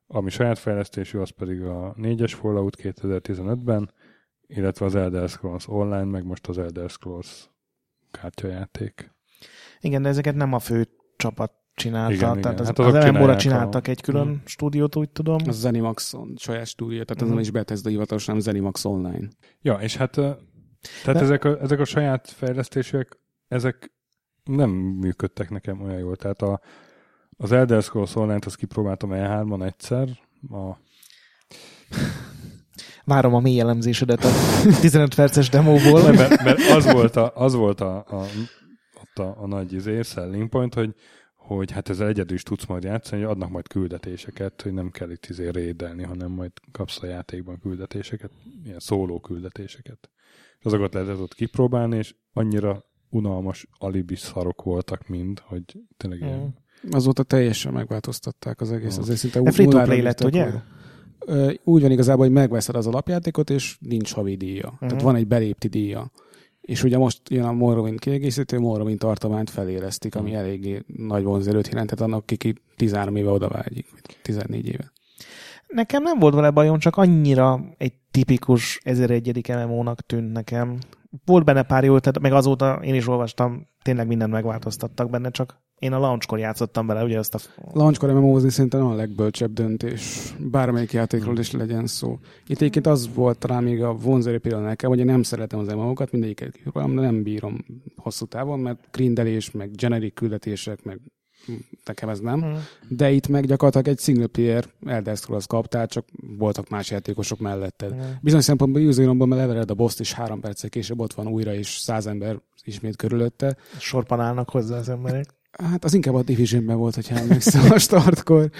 Ami saját fejlesztésű, az pedig a 4-es Fallout 2015-ben, illetve az Elder Scrolls Online, meg most az Elder Scrolls kártyajáték. Igen, de ezeket nem a fő csapat csinálta. Igen, tehát hát az MMO-ra csináltak egy külön stúdiót, úgy tudom. Az Zenimaxon saját stúdió, tehát az nem is Bethesda hivatalos, hanem Zenimax Online. Ja, és hát tehát ezek a saját fejlesztések, ezek nem működtek nekem olyan jól. Tehát az Elder Scrolls Online-t azt kipróbáltam E3-on egyszer. Várom a mély elemzésedet a 15 perces demóból. Mert az volt a nagy selling point, hogy hát ezzel egyedül is tudsz majd játszani, hogy adnak majd küldetéseket, hogy nem kell itt rédelni, hanem majd kapsz a játékban küldetéseket, ilyen szóló küldetéseket. És azokat lehetett ott kipróbálni, és annyira unalmas alibi szarok voltak mind, hogy tényleg ilyen. Azóta teljesen megváltoztatták az egész. Azért szinte de free-to-play lett, ugye? Úgy van igazából, hogy megveszed az alapjátékot, és nincs havi díja. Tehát van egy belépti díja. És ugye most jön a Morrowind kiegészítő, Morrowind tartományt feléreztik, ami eléggé nagy vonzerőt jelentett annak, aki 13 éve odavágyik, 14 éve. Nekem nem volt vele bajom, csak annyira egy tipikus 1001. MMO-nak tűnt nekem. Volt benne pár jó, tehát meg azóta én is olvastam, tényleg mindent megváltoztattak benne, csak én a launchkor játszottam bele, ugye azt a... Launchkor MMO-zni szerintem a legbölcsebb döntés. Bármelyik játékról is legyen szó. Itt egyébként az volt talán még a vonzerő például nekem, hogy én nem szeretem az MMO-kat, mindegyiket kipróbálom, de nem bírom hosszú távon, mert grindelés, meg generic küldetések, meg nekem ez nem. De itt meg gyakorlatilag egy single player Elder Scrolls kaptál, csak voltak más játékosok melletted. Bizonyos szempontból user-omból levered a boss-t, és 3 perccel később ott van újra, és 100 ember ismét körülötte. Sorban állnak hozzá az emberek. Hát az inkább a Divisionben volt, hogyha emlékszem a startkor.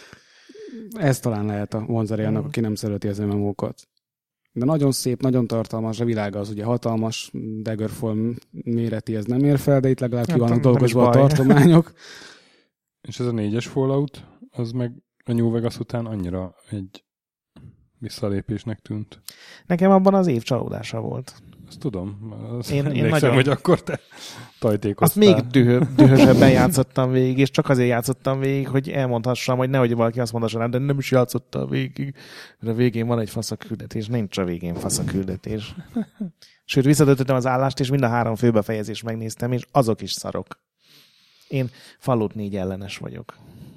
Ez talán lehet a vonzeré annak, aki nem szereti az MMO-kat. De nagyon szép, nagyon tartalmas, a világa az ugye hatalmas, Daggerfall méreti ez nem ér fel, de itt legalább ki vannak dolgozva a tartományok. És ez a 4-es Fallout, az meg a New Vegas után annyira egy visszalépésnek tűnt. Nekem abban az év csalódása volt. Azt tudom. Én nagyon... hogy akkor te tajtékoztál. Azt még dühösebben játszottam végig, és csak azért játszottam végig, hogy elmondhassam, hogy nehogy valaki azt mondhassa, de nem is játszottam végig. De a végén van egy faszaküldetés. Nincs a végén faszaküldetés. Sőt, visszatöltöttem az állást, és mind a 3 főbefejezést megnéztem, és azok is szarok. Én Fallout 4 ellenes vagyok.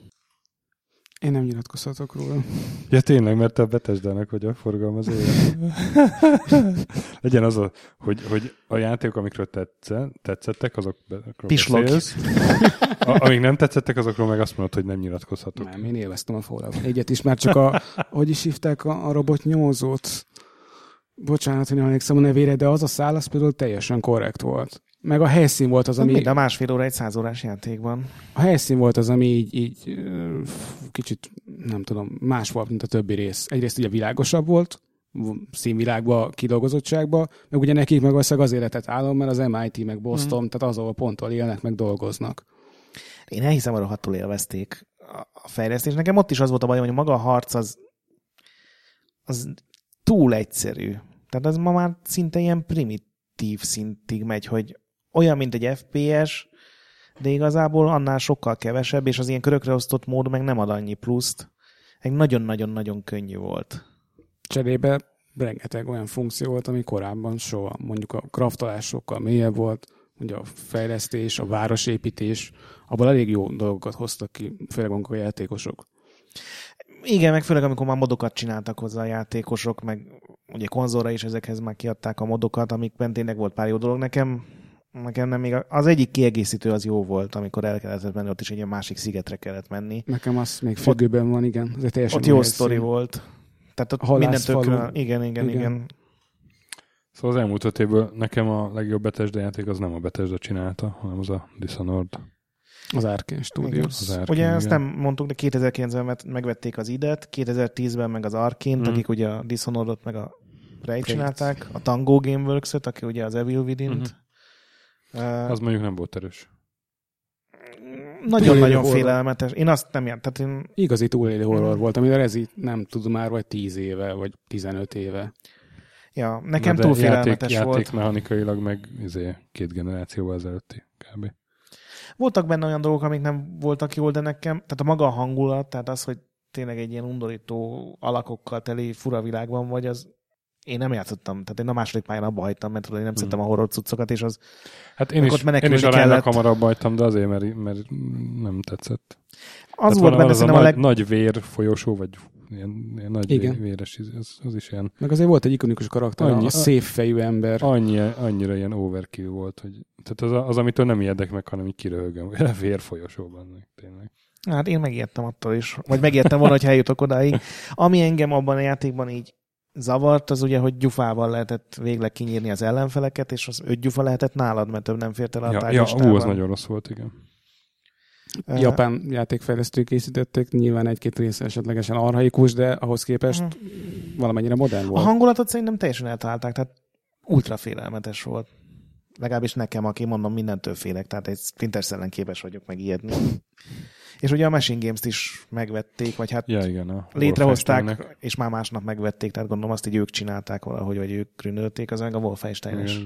Én nem nyilatkozhatok róla. Ja tényleg, mert te a Bethesdának vagy a forgalmazója. Legyen az, hogy a játékok, amikről tetszettek, azokról beszélsz. Amíg nem tetszettek, azokról meg azt mondod, hogy nem nyilatkozhatok. Nem, én élveztem a Fallout 4-et is, már csak hogy is hívták a robotnyózót. Bocsánat, hogy nem emlékszem a nevére, de az a szál, az például teljesen korrekt volt. Meg a helyszín volt az, ami... Mind a másfél óra egy 100 órás játékban. A helyszín volt az, ami így kicsit, nem tudom, más volt, mint a többi rész. Egyrészt ugye világosabb volt, színvilágba, kidolgozottságba, meg ugye nekik meg az életet állom, mert az MIT, meg Boston, tehát az, ahol ponttól élnek, meg dolgoznak. Én elhiszem, hogy rohadtul élvezték a fejlesztést. Nekem ott is az volt a bajom, hogy maga a harc az túl egyszerű. Tehát az ma már szinte ilyen primitív szintig megy, hogy olyan, mint egy FPS, de igazából annál sokkal kevesebb, és az ilyen körökre osztott mód meg nem ad annyi pluszt. Egy nagyon-nagyon-nagyon könnyű volt. Cserébe rengeteg olyan funkció volt, ami korábban soha. Mondjuk a craftolás sokkal mélyebb volt, mondjuk a fejlesztés, a városépítés, abban elég jó dolgokat hoztak ki, főleg a játékosok. Igen, meg főleg amikor már modokat csináltak hozzá a játékosok, meg ugye konzolra is ezekhez már kiadták a modokat, amikben tényleg volt pár jó dolog. Nekem nem még az egyik kiegészítő az jó volt, amikor el kellett menni, ott is egy másik szigetre kellett menni. Nekem az még függőben van, igen. Ott jó sztori volt. Tehát ott minden tökről... Igen. Szóval az elmúlt 5 évből nekem a legjobb Bethesda játék az nem a Bethesda csinálta, hanem az a Dishonored. Az Arkane Studios. Ugye ezt nem mondtuk, de 2009-ben megvették az ID-et, 2010-ben meg az Arkane-t, akik ugye a Dishonored-ot meg a Prey csinálták, a Tango Gameworks-et, aki ugye az Evil Within-t. Az mondjuk nem volt erős. Nagyon-nagyon félelmetes. Én azt nem jártam. Igazi túlélő horror volt, amire ez itt nem tudom már, vagy 10 éve, vagy 15 éve. Ja, nekem túl félelmetes volt. Játékmechanikailag meg 2 generációval ezelőtti kb. Voltak benne olyan dolgok, amik nem voltak jól, de nekem, tehát a maga a hangulat, tehát az, hogy tényleg egy ilyen undorító alakokkal teli fura világban vagy, az én nem játszottam. Tehát én a második pályán abba hagytam, mert tudod, én nem szedtem a horror cuccokat, és az... Hát én is aránylag hamarabb hagytam, de azért, mert nem tetszett. Az volt benne szerintem nagy vér folyosó, vagy ilyen nagy véres, az is ilyen... Meg azért volt egy ikonikus karakter, a szép fejű ember. Annyira ilyen overkill volt, hogy tehát az amitől nem ijedek meg, hanem így kiröhögöm. Vér folyosóban, tényleg. Hát én megijedtem attól is. Vagy megijedtem volna, hogy eljutok odáig. Ami engem abban a játékban így zavart, az ugye, hogy gyufával lehetett végleg kinyírni az ellenfeleket, és az 5 gyufa lehetett nálad, mert több nem fért el a táglistában. Az nagyon rossz volt, igen. Japán játékfejlesztők készítették, nyilván egy-két része esetlegesen archaikus, de ahhoz képest valamennyire modern volt. A hangulatot szerintem teljesen eltalálták, tehát ultra félelmetes volt. Legalábbis nekem, aki mondom, mindentől félek, tehát egy Splinter Cell-en képes vagyok megijedni. És ugye a Machine Games-t is megvették, vagy hát létrehozták, és már másnap megvették, tehát gondolom azt így ők csinálták valahogy, vagy ők krünölték, az meg a Wolfenstein is.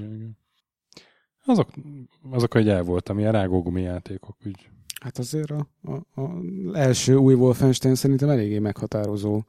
Azok, hogy el voltam, ilyen rágógumi játékok, úgy. Hát azért az első új Wolfenstein szerintem eléggé meghatározó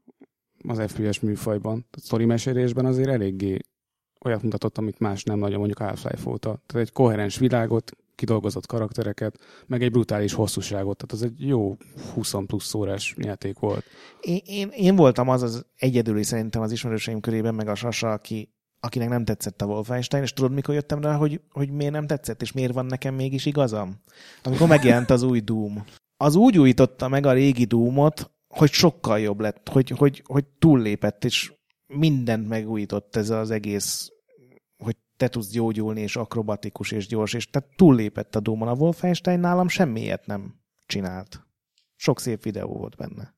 az FPS műfajban. A sztori mesélésben azért eléggé olyat mutatott, amit más nem nagyon, mondjuk Half-Life óta. Tehát egy koherens világot, kidolgozott karaktereket, meg egy brutális hosszúságot. Tehát az egy jó 20 plusz órás játék volt. Én voltam az egyedüli szerintem az ismerőseim körében, meg a Sasa, akinek nem tetszett a Wolfenstein, és tudod, mikor jöttem rá, hogy miért nem tetszett, és miért van nekem mégis igazam? Amikor megjelent az új Doom. Az úgy újította meg a régi Doomot, hogy sokkal jobb lett, hogy túllépett, és mindent megújított ez az egész, hogy te tudsz gyógyulni, és akrobatikus, és gyors, és tehát túllépett a Doomon. A Wolfenstein nálam semmiért nem csinált. Sok szép videó volt benne.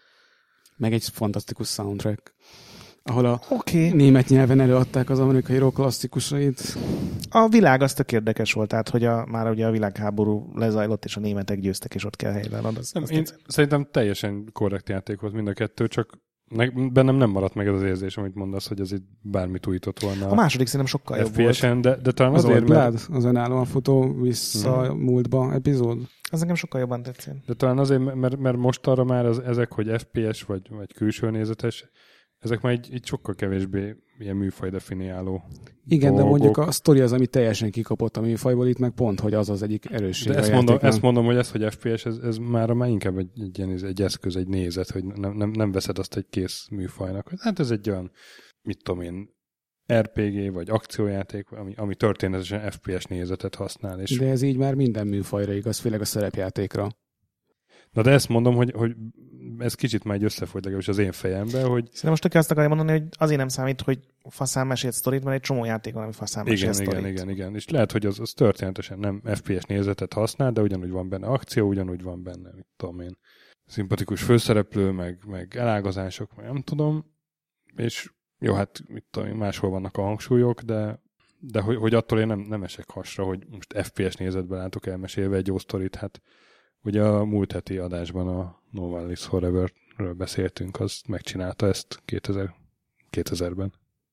Meg egy fantasztikus soundtrack, ahol a német nyelven előadták az amerikai rock klasszikusait. A világ az tök érdekes volt, tehát hogy már ugye a világháború lezajlott, és a németek győztek, és ott kell helyben ad. Én szerintem teljesen korrekt játék volt mind a kettő, csak bennem nem maradt meg ez az érzés, amit mondasz, hogy ez itt bármit újított volna. A második szerintem sokkal jobb volt. De talán az azért, mert... Az önállóan futó visszamúltba epizód? Az nekem sokkal jobban tetszett. De talán azért, mert most arra már ezek, hogy FPS vagy külső nézetes, ezek már így sokkal kevésbé ilyen műfaj definiáló. Igen, dolgok. de mondjuk a sztori az, ami teljesen kikapott a műfajból, itt meg pont, hogy az egyik erősség. De ezt mondom, hogy ez, hogy FPS, ez már inkább egy eszköz, egy nézet, hogy nem veszed azt egy kész műfajnak. Hát ez egy olyan, mit tudom én, RPG vagy akciójáték, ami történetesen FPS nézetet használ. És... De ez így már minden műfajra igaz, főleg a szerepjátékra. Na de ezt mondom, hogy ez kicsit már egy összefolyt legalábbis az én fejemben, hogy... Szerintem most azt akarja mondani, hogy azért nem számít, hogy faszán mesélt sztorit, mert egy csomó játék van, ami faszán mesélt sztorit. Igen. És lehet, hogy az történetesen nem FPS nézetet használ, de ugyanúgy van benne akció, ugyanúgy van benne, mit tudom én, szimpatikus főszereplő, meg elágazások, meg nem tudom. És jó, hát mit tudom én, máshol vannak a hangsúlyok, de hogy attól én nem esek hasra, hogy most FPS nézetben látok elmesélve egy jó sztorit, hát ugye a múlt heti adásban a No One Lives Forever-ről beszéltünk, az megcsinálta ezt 2000-ben.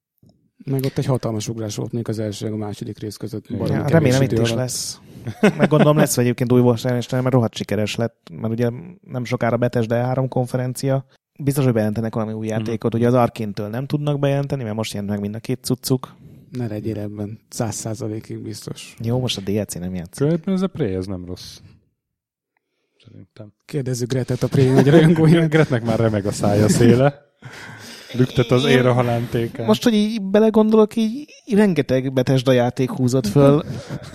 Meg ott egy hatalmas ugrás volt még az első, a második rész között. Ja, remélem itt is lesz. Meg gondolom lesz egyébként új Wolfenstein, mert rohadt sikeres lett, mert ugye nem sokára Bethesda E3 konferencia. Biztos, hogy bejelentenek valami új játékot. Ugye az Arkane-től nem tudnak bejelenteni, mert most jelent meg mind a két cuccuk. Ne legyél ebben 100%-ig biztos. Jó, most a DLC nem játszik. Különben ez a Prey, ez nem rossz. Szerintem. Kérdezzük Gretet, a Prey nagy rajongója. Gretnek már remeg a szája széle. Lüktet az ér a halántékán. Most, hogy így belegondolok, így rengeteg Bethesda játék húzott föl.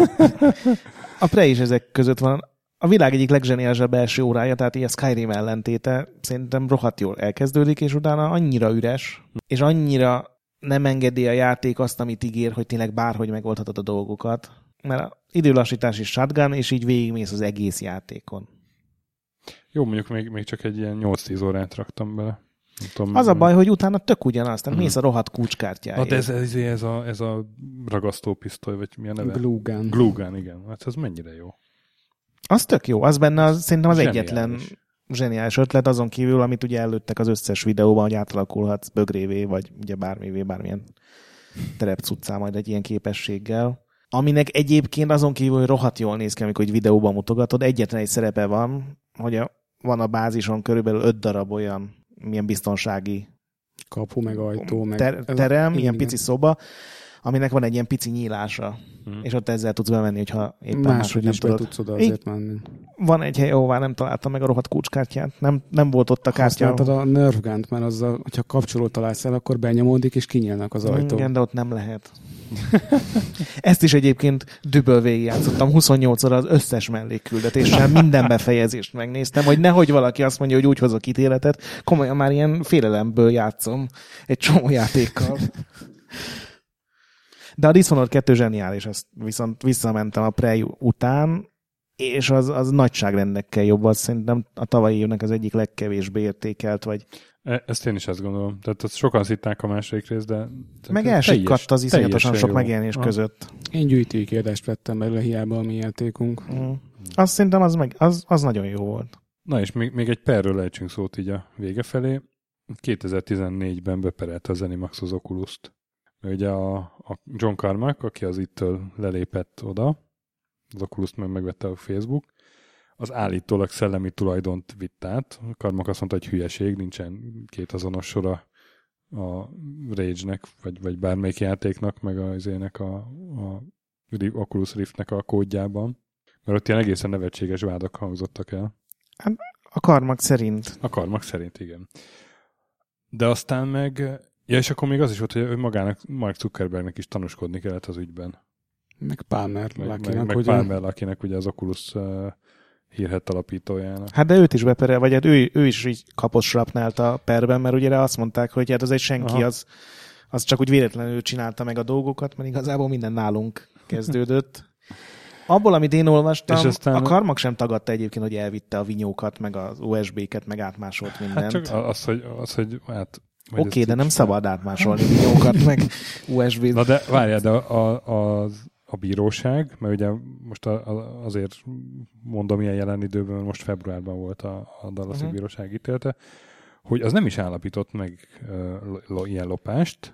A Prey is ezek között van. A világ egyik legzseniálisabb első órája, tehát így a Skyrim ellentéte szerintem rohadt jól elkezdődik, és utána annyira üres, és annyira nem engedi a játék azt, amit ígér, hogy tényleg bárhogy megoldhatod a dolgokat. Mert az időlassítás is shotgun, és így végigmész az egész játékon. Jó, mondjuk még csak egy ilyen 8-10 órát raktam bele. Tudom, az a baj, hogy utána tök ugyanaz, tehát mész a rohadt kulcskártyáért. Ez a ragasztópisztoly, vagy mi a neve? Glue gun. Glue gun, igen. Hát ez mennyire jó. Az tök jó. Az benne szerintem az egyetlen zseniális ötlet, azon kívül, amit ugye előttek az összes videóban, hogy átalakulhatsz bögrévé, vagy ugye bármivé, bármilyen terepcuccá majd egy ilyen képességgel. Aminek egyébként azon kívül, hogy rohadt jól néz ki, amikor egy videóban mutogatod, egyetlen egy szerepe van, hogy van a bázison körülbelül 5 darab olyan milyen biztonsági Kapu, meg ajtó, meg... terem, ilyen pici szoba, aminek van egy ilyen pici nyílása. És ott ezzel tudsz bemenni, hogyha éppen máshogy nem is tudod. be tudsz oda azért menni. Van egy hely, ahová nem találtam meg a rohadt kulcskártyát. Nem volt ott a kártya. Használtad a Nerf Gun-t, mert azzal, hogyha kapcsolót találsz el, akkor benyomódik és kinyílnak az ajtók. Igen, de ott nem lehet. Ezt is egyébként düböl végigjátszottam 28-szor az összes mellékküldetéssel, minden befejezést megnéztem, hogy nehogy valaki azt mondja, hogy úgy hozok ítéletet, komolyan már ilyen félelemből játszom egy csomó játékkal. De a Dishonored 2 zseniális, ezt viszont visszamentem a Prey után, és az nagyságrendekkel jobb, az szerintem a tavalyi évnek az egyik legkevésbé értékelt, vagy... Ezt én is ezt gondolom. Tehát azt sokan szitták a második részt, de... Meg elsikkadt az iszonyatosan sok megjelenés között. Én gyűjtői kiadást vettem belőle, hiába a mi játékunk. Azt szerintem az nagyon jó volt. Na és még egy perről ejtsünk szót így a vége felé. 2014-ben beperelte a ZeniMax az Oculus-t. Ugye a John Carmack, aki az ittől lelépett oda, az Oculus-t megvette a Facebook, az állítólag szellemi tulajdont vitt át. Carmack azt mondta, hogy hülyeség, nincsen két azonos sora a Rage-nek, vagy bármelyik játéknak, meg a Oculus Rift-nek a kódjában. Mert ott ilyen egészen nevetséges vádak hangzottak el. A Carmack szerint. A Carmack szerint, igen. De aztán meg... Ja, és akkor még az is volt, hogy magának, Mark Zuckerbergnek is tanúskodni kellett az ügyben. Meg Palmer Luckynek. Meg Palmer Luckynek, ugye az Oculus hírhedt alapítójának. Hát de őt is beperel, vagy hát ő is így kapott srapnált a perben, mert ugye azt mondták, hogy hát az egy senki, az csak úgy véletlenül csinálta meg a dolgokat, mert igazából minden nálunk kezdődött. Abból, amit én olvastam, a Carmack sem tagadta egyébként, hogy elvitte a vinyókat, meg az USB-ket, meg átmásolt mindent. Hát csak hogy Oké, de nem szabad átmásolni vinyókat, meg USB-t. Na de várjál, de a bíróság, mert ugye most azért mondom ilyen jelen időben, mert most februárban volt a Dallasi bíróság ítélte, hogy az nem is állapított meg ilyen lopást.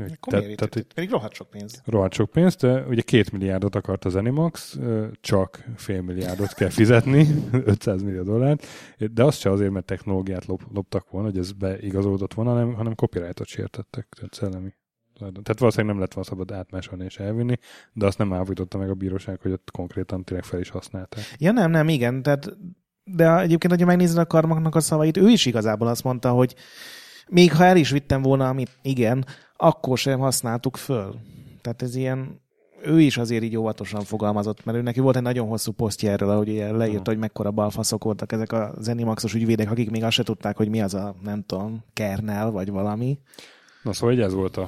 Pedig rohadt sok pénz. Rohadt sok pénzt, de ugye 2 milliárdot akart a ZeniMax, csak fél milliárdot kell fizetni, 500 millió dollárt, de azt se azért, mert technológiát loptak volna, hogy ez beigazolódott volna, hanem copyrightot sértettek, tehát szellemi. Tehát valószínűleg nem lett volna szabad átmásolni és elvinni, de azt nem állapította meg a bíróság, hogy ott konkrétan tényleg fel is használták. Ja nem, igen, de egyébként, hogyha megnézed a Carmacknak a szavait, ő is igazából azt mondta, hogy még ha el is vittem volna, amit igen, akkor sem használtuk föl. Tehát ez ilyen, ő is azért így óvatosan fogalmazott, mert ő neki volt egy nagyon hosszú posztja erről, ahogy leírta, hogy mekkora balfaszok voltak ezek a ZeniMaxos ügyvédek, akik még azt se tudták, hogy mi az a, nem tudom, kernel, vagy valami. Na szóval ez volt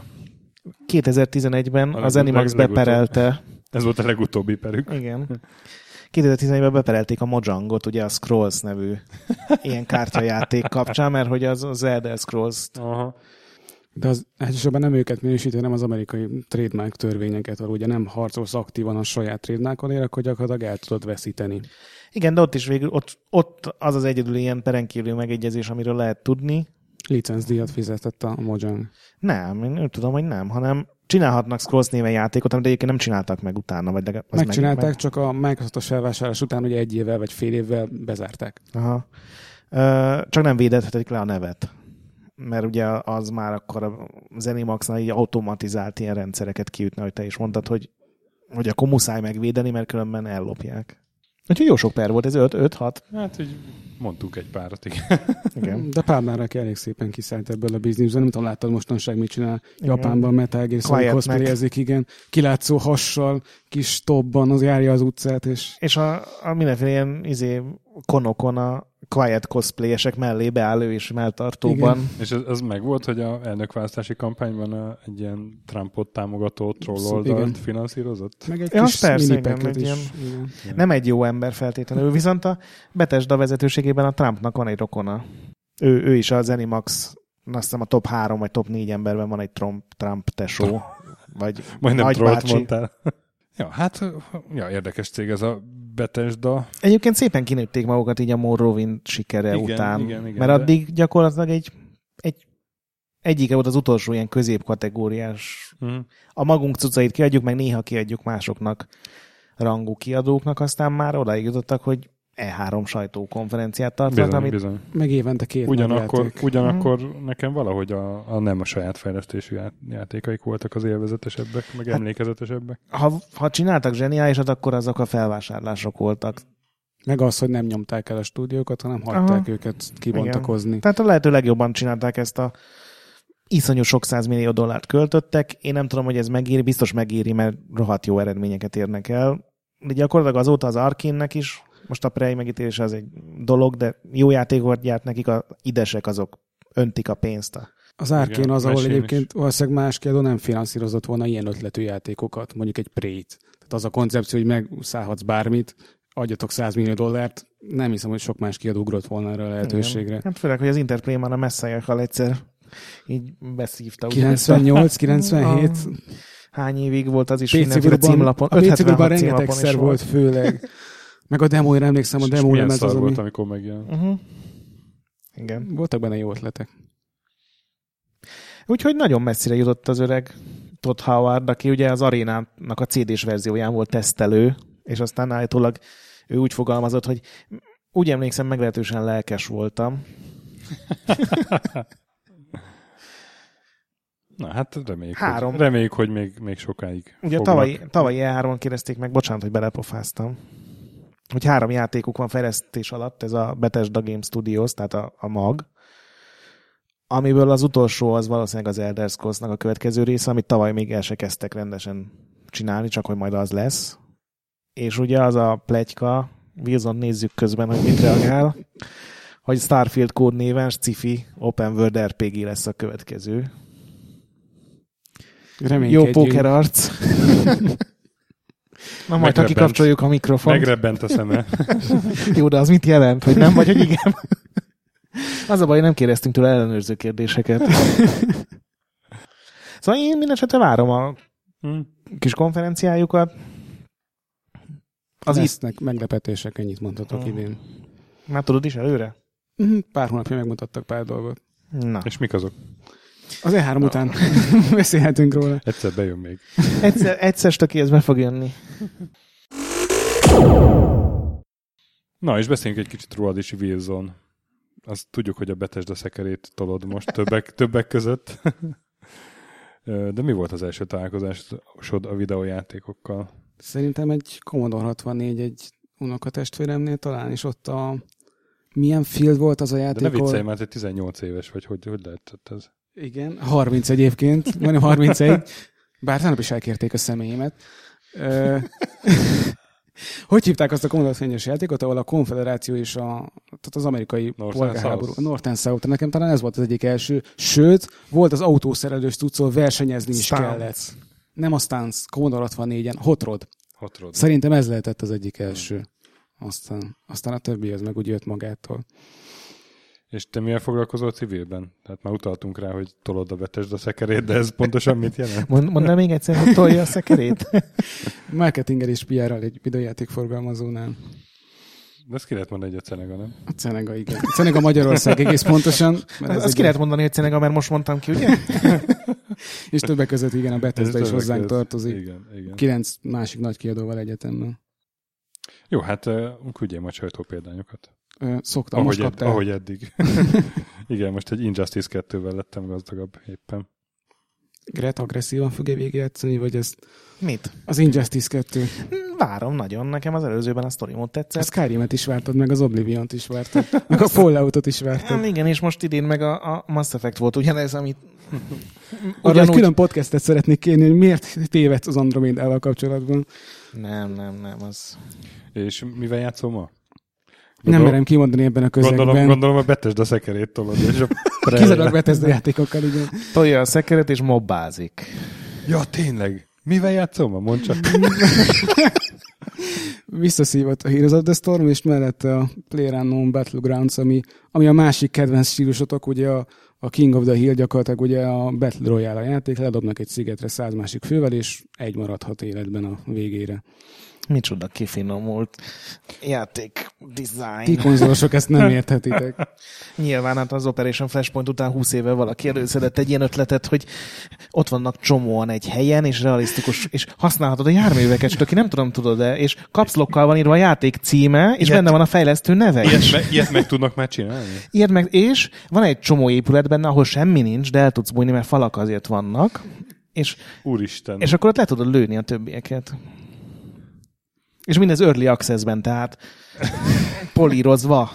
2011-ben a ZeniMax beperelte. Ez volt a legutóbbi perük. Igen. 2011-ben beperelték a Mojangot, ugye a Scrolls nevű ilyen kártyajáték kapcsán, mert hogy az Elder Scrolls-t. Aha. De az elsősorban nem őket minősíti, hanem az amerikai trademark törvényeket, ahol ugye nem harcolsz aktívan a saját trademarkodért, akkor gyakorlatilag el tudod veszíteni. Igen, de ott is végül, ott az egyedül ilyen perenkívüli megegyezés, amiről lehet tudni. Licencdíjat fizetett a Mojang. Nem, én úgy tudom, hogy nem, hanem csinálhatnak Scrolls néven játékot, amit egyébként nem csináltak meg utána. Vagy megcsinálták, csak a Microsoftos felvásárlás után ugye 1 évvel vagy fél évvel bezárták. Aha. Csak nem védhetik le a nevet. Mert ugye az már akkor a ZeniMax-nál így automatizált ilyen rendszereket kiütne, hogy te is mondtad, hogy akkor muszáj megvédeni, mert különben ellopják. Úgyhogy jó sok per volt, ez 5-6. Hát, hogy mondtunk egy párat, igen. De Palmerre elég szépen kiszállt ebből a bizniszből. Nem tudom, láttad mostanság mit csinál Japánban, Metal Gear Solid cosplayezik, igen. Kilátszó hassal, kis topban, az járja az utcát. És a mindenféle ilyen konokon a Quiet cosplayesek mellé beáll ő is melltartóban. Igen. És ez meg volt, hogy a elnökválasztási kampányban egy ilyen Trumpot támogató trolloldalt finanszírozott? Meg egy kis mini-packet is. Nem egy jó ember feltétlenül, viszont a Bethesda vezetőségében a Trumpnak van egy rokona. Ő is a ZeniMax, azt hiszem a top 3 vagy top 4 emberben van egy Trump tesó. Vagy majdnem trollt mondtál. Ja, hát érdekes cég ez a Bethesda. Egyébként szépen kinőtték magukat így a Morrowind sikere után. Igen, mert addig gyakorlatilag egyike volt az utolsó ilyen középkategóriás. A magunk cuccait kiadjuk, meg néha kiadjuk másoknak rangú kiadóknak, aztán már odaig jutottak, hogy E3 sajtókonferenciát tartanak, Bizony. Meg évente 2 Ugyanakkor nekem valahogy a nem a saját fejlesztésű játékaik voltak az élvezetesebbek, meg emlékezetesebbek. Ha csináltak zseniálisat, akkor azok a felvásárlások voltak. Meg az, hogy nem nyomták el a stúdiókat, hanem hagyták őket kibontakozni. Igen. Tehát a lehető legjobban csinálták ezt a iszonyú sok $100 millió költöttek. Én nem tudom, hogy ez megéri, biztos megéri, mert rohadt jó eredményeket érnek el. De gyakorlatilag azóta az Arkane-nek is, most a Prey megítélése az egy dolog, de jó játékokat gyárt nekik, a idesek azok öntik a pénzt. Az Arkane az, ahol egyébként valószínűleg más kiadó nem finanszírozott volna ilyen ötletű játékokat, mondjuk egy Prey-t. Tehát az a koncepció, hogy megszállhatsz bármit, adjatok $100 millió, nem hiszem, hogy sok más kiadó ugrott volna erre a lehetőségre. Igen. Hát főleg, hogy az Interplay már a Messiah-kal egyszer így beszívta. 98, 97... Hány évig volt az is mindenféle címlapon? A PC-ben rengetegszer volt főleg. Meg a demóira emlékszem, a demo nem ez az, volt, amikor megjelent. Igen. Voltak benne jó ötletek. Úgyhogy nagyon messzire jutott az öreg Todd Howard, aki ugye az Arénának a CD-s verzióján volt tesztelő, és aztán állítólag ő úgy fogalmazott, hogy úgy emlékszem, meglehetősen lelkes voltam. Na hát reméljük, hogy még sokáig ugye tavalyi E3-on kérdezték meg, bocsánat, hogy belepofáztam, hogy 3 játékuk van fejlesztés alatt, ez a Bethesda Game Studios, tehát a MAG, amiből az utolsó az valószínűleg az Elder Scrolls-nak a következő része, amit tavaly még el se kezdtek rendesen csinálni, csak hogy majd az lesz. És ugye az a pletyka, Wilson nézzük közben, hogy mit reagál, hogy Starfield kódnéven sci-fi Open World RPG lesz a következő. Jó pókerarc. Na majd, ha kikapcsoljuk a mikrofont. Megrebbent a szeme. Jó, de az mit jelent? Hogy nem vagy, hogy igen? Az a baj, nem kérdeztünk tőle ellenőrző kérdéseket. Szóval én mindenesetre várom a kis konferenciájukat. Lesznek meglepetések, ennyit mondhatok idén. Már tudod is előre? Pár hónapja megmutattak pár dolgot. Na. És mik azok? Az E3 után beszélhetünk róla. Egyszer bejön még. Egyszer stöki, ez be fog jönni. Na, és beszéljünk egy kicsit rólad is, Wilson. Azt tudjuk, hogy a Bethesda szekerét tolod most többek között. De mi volt az első találkozásod a videójátékokkal? Szerintem egy Commodore 64 egy unokatestvéremnél talán, és ott milyen field volt az a játék? De ne viccelj, már te 18 éves vagy, hogy lehetett ez? Igen, 30 egyébként, majdnem 31, bár tegnap is elkérték a személyemet. Hogy hívták azt a Commodore 64-es játékot, ahol a konfederáció és tehát az amerikai polgárháború, a North and South, nekem talán ez volt az egyik első, sőt, volt az autószerelős cuccol versenyezni is kellett. Nem a Stance, Commodore 64-en, Hot Rod. Szerintem ez lehetett az egyik első. Aztán a többi az meg úgy jött magától. És te mivel foglalkozol civilben? Tehát már utaltunk rá, hogy tolod a Bethesda szekerét, de ez pontosan mit jelent? Mondd még egyszer, hogy tolja a szekerét. Marketinggel és PR-ral egy videójáték forgalmazónál. De ezt ki lehet mondani, hogy a Cenega, nem? A Cenega, igen. A Cenega Magyarország egész pontosan. Azt ki lehet mondani, hogy Cenega, mert most mondtam ki, ugye? És többek között igen, a Bethesda is hozzánk tartozik. Igen. 9 másik nagy kiadóval egyetemben. Jó, hát küldjél majd sajtópéldányokat. Szoktam, most kaptál. Ahogy eddig. Igen, most egy Injustice 2-vel lettem gazdagabb éppen. Gret agresszívan fog-e végigjátszani, vagy ezt... Mit? Az Injustice 2. Várom nagyon, nekem az előzőben a story mód tetszett. A Skyrim-et is vártad, meg az Oblivion-t is vártad, meg a Fallout-ot is vártad. Igen, és most idén meg a Mass Effect volt ugyanez, amit... Arra egy külön podcastet szeretnék kérni, hogy miért tévedsz az Andromedával kapcsolatban. Nem, az... És mivel játszol ma? Nem merem kimondani ebben a közegben. Gondolom a Bethesda szekerét tolod. Kizárólag Bethesda játékokkal, igen. Tolja a szekeret és mobbázik. Ja, tényleg. Mivel játszom ma? Mondd csak. Visszaszívott a Heroes of the Storm, és mellette a PlayerUnknown Battlegrounds, ami a másik kedvenc stílusotok, ugye a King of the Hill gyakorlatilag ugye a Battle Royale a játék, ledobnak egy szigetre 100 másik fővel, és egy maradhat életben a végére. Micsoda kifinomult játék design. Ti konzolosok ezt nem érthetitek. Nyilván hát az Operation Flashpoint után 20 éve valaki előszedett egy ilyen ötletet, hogy ott vannak csomóan egy helyen, és realisztikus, és használhatod a járműveket, csak nem tudom, tudod-e, és kapszlokkal van írva a játék címe, és benne van a fejlesztő neve is. Ilyet meg tudnak már csinálni? Ilyet meg, és van egy csomó épület benne, ahol semmi nincs, de el tudsz bújni, mert falak azért vannak, Úristen. És akkor ott le tudod lőni a többieket. És mindez early access-ben, tehát polírozva.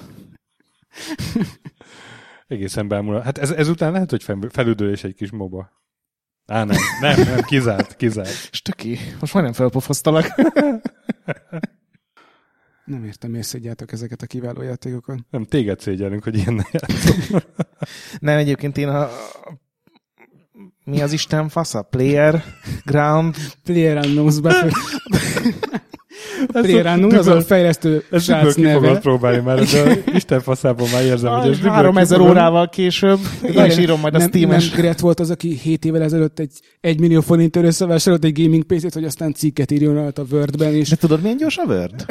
Egészen bámulva. Hát ezután lehet, hogy felüldölés egy kis moba. Nem, kizárt. Stöki, most majdnem felpofoztalak. Nem értem, miért szedjátok ezeket a kiváló játékokat. Nem, téged szégyellünk, hogy ilyennel játszom. Nem, egyébként én mi az Isten fasza? Player Unknowns Player Unknown, az a fejlesztő srác neve. Ezt fogod próbálni már, de Isten faszában már érzem, hogy ez 3000 órával később, és írom majd a Steam-es. Nem Gret volt az, aki 7 évvel ezelőtt egy 1 millió forintért összevásárolt egy gaming PC-t, hogy aztán cikket írjon rá a Word-ben. És... De tudod, milyen gyors a Word?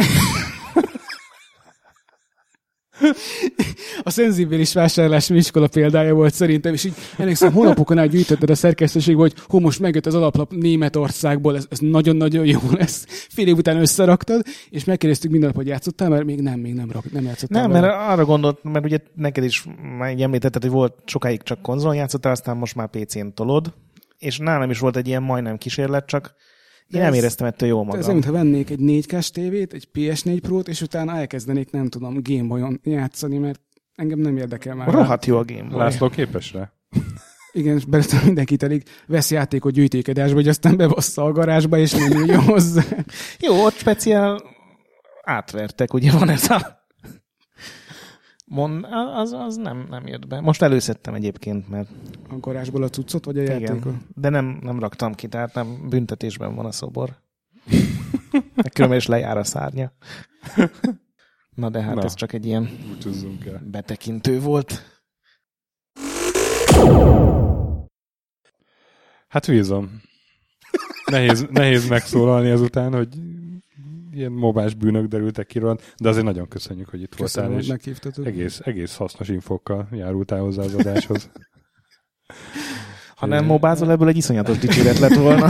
A szenzibilis vásárlás iskola példája volt szerintem, és így emlékszem, hónapokon át gyűjtötted a szerkesztőség, hogy most megjött az alaplap Németországból, ez nagyon-nagyon jó lesz. Fél év után összeraktad, és megkérdeztük minden nap, hogy játszottál, mert még nem játszottál. Nem, mert arra gondolt, mert ugye neked is már így említetted, hogy volt sokáig csak konzolon játszottál, aztán most már PC-n tolod, és nálam is volt egy ilyen majdnem kísérlet, csak én nem éreztem ettől jól magam. Ez mintha vennék egy 4K-s tévét, egy PS4 Pro-t, és utána elkezdenék, nem tudom, Game Boy-on játszani, mert engem nem érdekel már. Rohadt jó a Game Boy. László képes rá? Igen, és belőle mindenkit elég vesz játékot gyűjtékedásba, hogy aztán bebassza a garázsba, és nem ülj hozzá. Jó, ott speciál átvertek, ugye van ez a... Az nem jött be. Most előszedtem egyébként, mert... A garázsból a cuccot, vagy a játékot? De nem raktam ki, tehát nem büntetésben van a szobor. Különben is lejár a szárnya. Na de hát ez csak egy ilyen betekintő volt. Hát bízom. Nehéz megszólalni ezután, hogy ilyen mobás bűnök derültek ki róla, de azért nagyon köszönjük, hogy itt voltál, és egész hasznos infókkal járultál hozzá az adáshoz. Ha nem mobázol, ebből egy iszonyatos dicséret lett volna.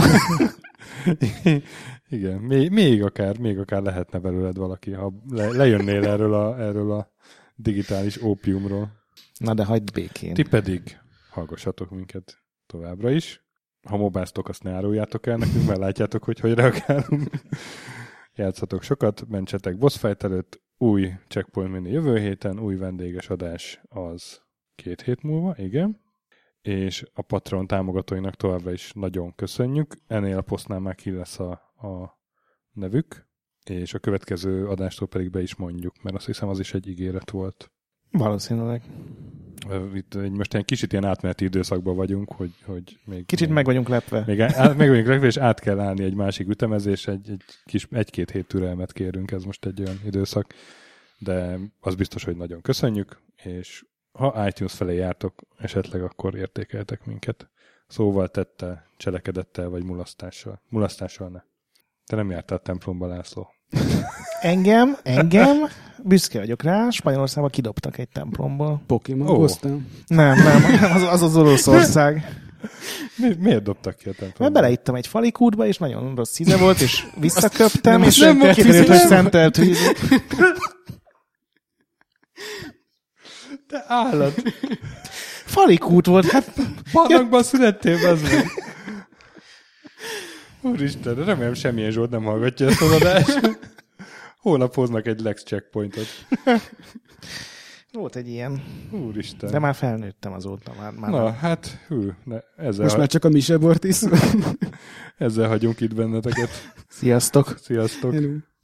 Igen, még akár lehetne belőled valaki, ha lejönnél erről a digitális ópiumról. Na de hagyd békén. Ti pedig hallgassatok minket továbbra is. Ha mobáztok, azt ne áruljátok el nekünk, mert látjátok, hogy reagálunk. Játszatok sokat, mentsetek boss fight előtt, új Checkpoint Mini jövő héten, új vendéges adás az 2 hét múlva, igen. És a Patreon támogatóinak továbbra is nagyon köszönjük. Ennél a posztnál már ki lesz a nevük, és a következő adástól pedig be is mondjuk, mert azt hiszem az is egy ígéret volt. Valószínűleg. Itt most egy kicsit ilyen átmeneti időszakban vagyunk, hogy még... Kicsit meg vagyunk lepve. Meg vagyunk lepve, és át kell állni egy másik ütemezés, egy-két hét türelmet kérünk, ez most egy olyan időszak, de az biztos, hogy nagyon köszönjük, és ha iTunes felé jártok, esetleg akkor értékeltek minket. Szóval tettel, cselekedettel vagy mulasztással. Mulasztással ne. Te nem jártál templomba, László. Engem, büszke vagyok rá, Spanyolországban kidobtak egy templomból. Pokémon-koztam? Nem, az Oroszország. Miért dobtak ki a templomba? Mert beleittem egy falikútba, és nagyon rossz íze volt, és visszaköptem, és kiderült, hogy szentelt víz. Te állat! Falikút volt, hát... Barlangban születtél, az meg. Úristen, remélem semmilyen Zsolt nem hallgatja ezt az adást. Holnap hoznak egy Lex checkpointot. Volt egy ilyen. Úristen. De már felnőttem azóta. Már Na, hát, ezzel... Most már csak a misebort iszol. Ezzel hagyunk itt benneteket. Sziasztok! Sziasztok! Hello.